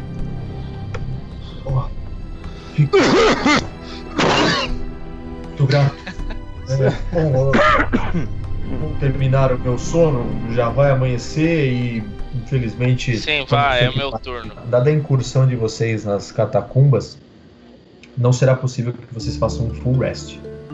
Muito grato. Vamos terminar o meu sono. Já vai amanhecer e, infelizmente... Sim, vai, é o meu turno. Dada a incursão de vocês nas catacumbas, não será possível que vocês façam um full rest.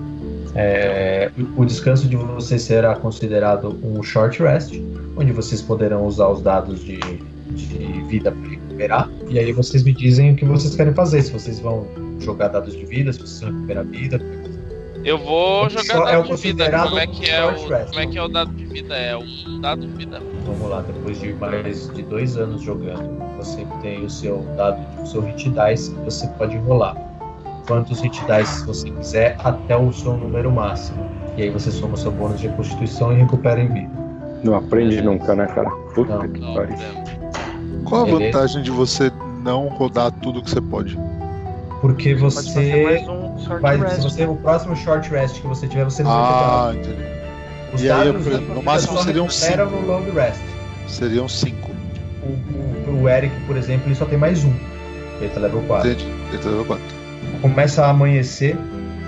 O descanso de vocês será considerado um short rest, onde vocês poderão usar os dados de vida para recuperar. E aí vocês me dizem o que vocês querem fazer. Se vocês vão jogar dados de vida, se vocês vão recuperar vida. Eu vou jogar dado de vida. Como é que é o dado de vida? É um dado de vida. Vamos lá, depois de mais de 2 anos jogando, você tem o seu dado, o seu hit dice que você pode rolar. Quantos hit dice você quiser até o seu número máximo. E aí você soma o seu bônus de constituição e recupera em vida. Não aprende nunca, né, cara? Puta que pariu. Qual a vantagem de você não rodar tudo que você pode? Porque você vai, se você o próximo short rest que você tiver, você não vai ter. Entendi. Os e aí, dados no máximo seria um 5. no long rest. Seriam 5. O Eric, por exemplo, ele só tem mais um. Ele tá level 4. Entendi, ele tá level 4. Começa a amanhecer,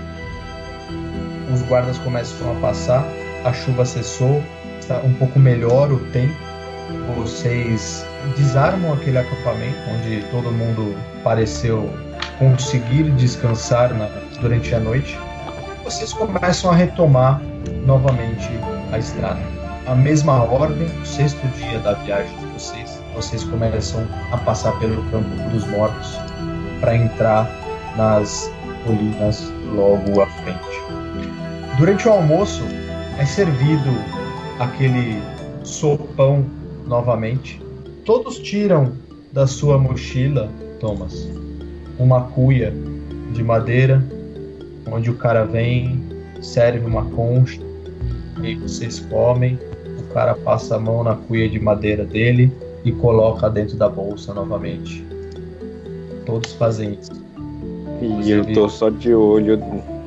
os guardas começam a passar, a chuva cessou, está um pouco melhor o tempo. Vocês desarmam aquele acampamento onde todo mundo pareceu conseguir descansar durante a noite. Vocês começam a retomar novamente a estrada. A mesma ordem, o 6º dia da viagem de vocês começam a passar pelo Campo dos Mortos para entrar nas colinas logo à frente. Durante o almoço é servido aquele sopão novamente. Todos tiram da sua mochila, Thomas, uma cuia de madeira, onde o cara vem, serve uma concha, e vocês comem, o cara passa a mão na cuia de madeira dele e coloca dentro da bolsa novamente. Todos fazem isso. E eu tô só de olho.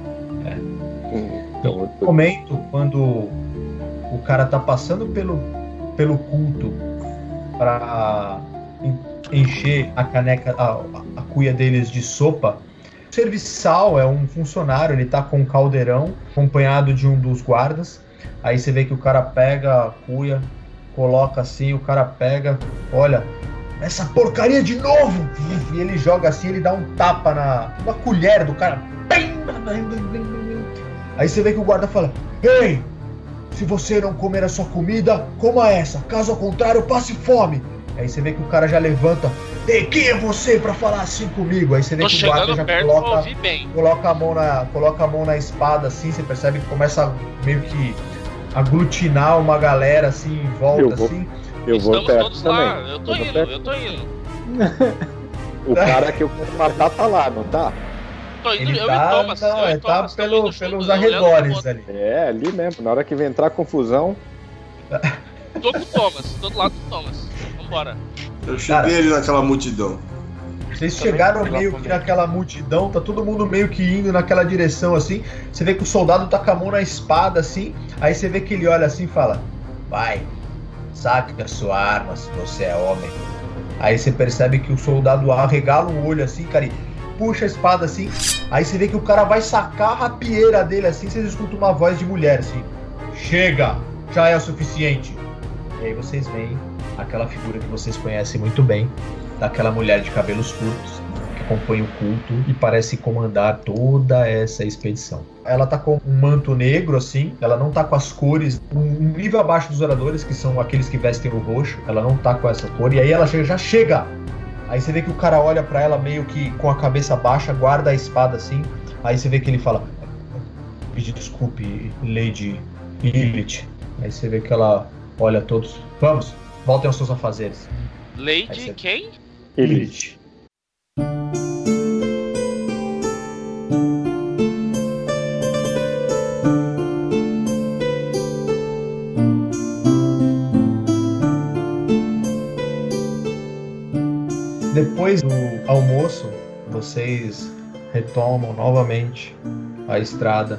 No momento, quando o cara tá passando pelo culto para encher a caneca, a cuia deles de sopa, o serviçal é um funcionário, ele tá com um caldeirão, acompanhado de um dos guardas. Aí você vê que o cara pega a cuia, coloca assim, o cara pega, olha, essa porcaria de novo! E ele joga assim, ele dá um tapa na colher do cara. Aí você vê que o guarda fala: ei, se você não comer a sua comida, coma essa, caso contrário, passe fome. Aí você vê que o cara já levanta: ei, quem é você pra falar assim comigo? Aí você vê que o guarda já coloca a mão na espada assim, você percebe que começa a meio que aglutinar uma galera assim em volta assim. Eu vou Estamos perto todos também. lá, eu tô indo. O cara que eu quero matar tá lá, não tá? Tô indo, Ele eu tá, e Thomas. ele tá pelos arredores ali. É, ali mesmo. Na hora que vem entrar confusão. Tô com o Thomas, tô do lado do Thomas. Vambora. Eu cheguei ali naquela multidão. Vocês chegaram meio que naquela multidão, tá todo mundo meio que indo naquela direção assim. Você vê que o soldado tá com a mão na espada assim. Aí você vê que ele olha assim e fala: vai, saque a sua arma se você é homem. Aí você percebe que o soldado arregala um olho assim, cara, e puxa a espada assim. Aí você vê que o cara vai sacar a rapieira dele assim. Vocês escutam uma voz de mulher assim: chega, já é o suficiente. E aí vocês veem aquela figura que vocês conhecem muito bem, daquela mulher de cabelos curtos que acompanha o culto e parece comandar toda essa expedição. Ela tá com um manto negro assim, ela não tá com as cores, um nível abaixo dos oradores, que são aqueles que vestem o roxo, ela não tá com essa cor, e aí ela já chega. Aí você vê que o cara olha pra ela meio que com a cabeça baixa, guarda a espada assim, aí você vê que ele fala: pedi desculpe, Lady Lilith. Aí você vê que ela olha todos: vamos, voltem aos seus afazeres. Lady quem? Lilith. Depois do almoço, vocês retomam novamente a estrada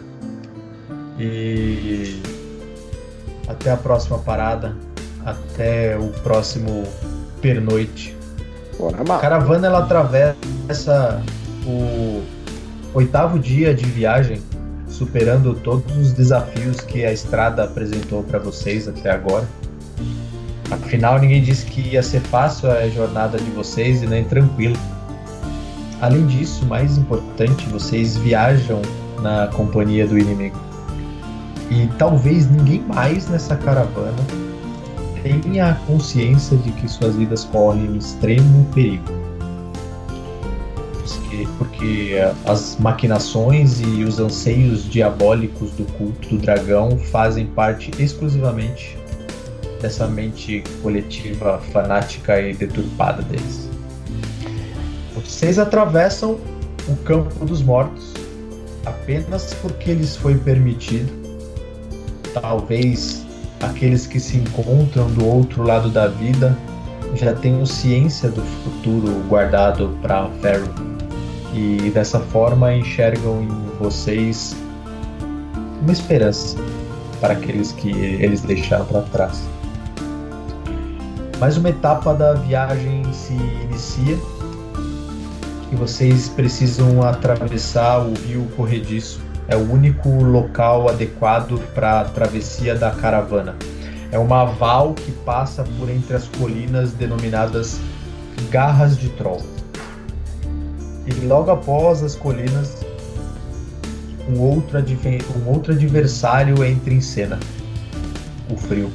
e até a próxima parada, até o próximo pernoite. A caravana ela atravessa o 8º dia de viagem, superando todos os desafios que a estrada apresentou para vocês até agora. Afinal, ninguém disse que ia ser fácil a jornada de vocês e nem tranquilo. Além disso, mais importante, vocês viajam na companhia do inimigo. E talvez ninguém mais nessa caravana tenha a consciência de que suas vidas correm um extremo perigo. Porque as maquinações e os anseios diabólicos do culto do dragão fazem parte exclusivamente dessa mente coletiva, fanática e deturpada deles. Vocês atravessam o Campo dos Mortos apenas porque lhes foi permitido. Talvez aqueles que se encontram do outro lado da vida já tenham ciência do futuro guardado para Ferro e dessa forma enxergam em vocês uma esperança para aqueles que eles deixaram para trás. Mais uma etapa da viagem se inicia e vocês precisam atravessar o rio corrediço. É o único local adequado para a travessia da caravana. É uma val que passa por entre as colinas denominadas Garras de Troll. E logo após as colinas, um outro adversário entra em cena, o frio.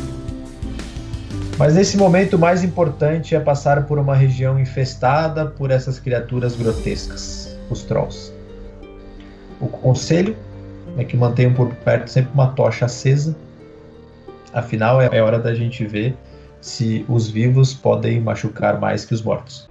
Mas nesse momento o mais importante é passar por uma região infestada por essas criaturas grotescas, os Trolls. O conselho é que mantenham por perto sempre uma tocha acesa. Afinal, é hora da gente ver se os vivos podem machucar mais que os mortos.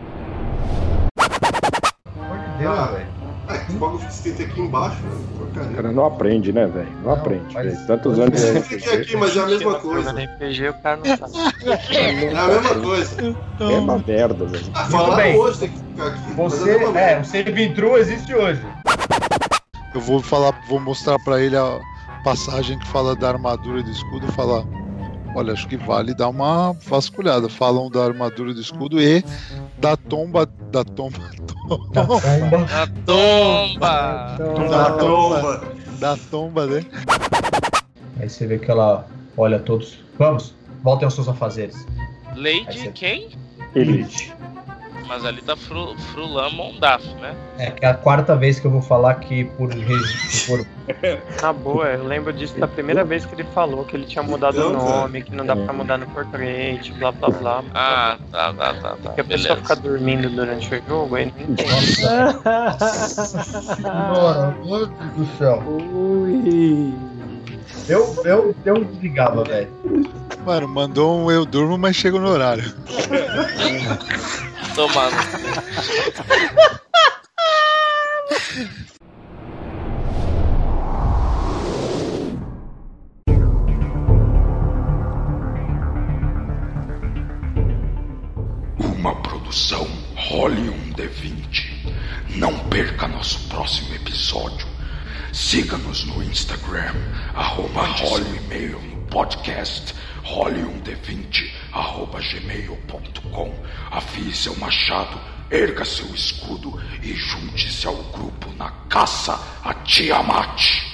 Esse bagulho que tem aqui embaixo, o cara não aprende, né, velho? Não aprende, velho. Tantos anos de RPG. Aqui, mas é a mesma coisa. RPG, o cara não sabe. É a mesma coisa. É uma merda, velho. Falaram hoje, tem que ficar aqui. O Save True existe hoje. Eu vou mostrar pra ele a passagem que fala da armadura e do escudo e falar: olha, acho que vale dar uma vasculhada. Falam da armadura e do escudo e da tomba, né? Aí você vê que ela olha todos. Vamos, voltem aos seus afazeres. Lady quem? Elite. Mas ali tá Frulan Mondaf, né? É que é a quarta vez que eu vou falar que por... Tá boa, eu lembro disso da primeira vez que ele falou que ele tinha mudado o nome, que não dá pra mudar no portrait, blá blá blá. Ah, tá. Porque a pessoa fica dormindo durante o jogo, aí não entende. Senhora, meu Deus do céu. Ui. Eu desligava, velho. Mano, mandou um eu durmo, mas chego no horário. Tomando. Uma produção Role um D20. Não perca nosso próximo episódio. Siga-nos no Instagram, @role o e-mail no podcast, role1d20, @gmail.com. Afie seu machado, erga seu escudo e junte-se ao grupo na caça a Tiamat.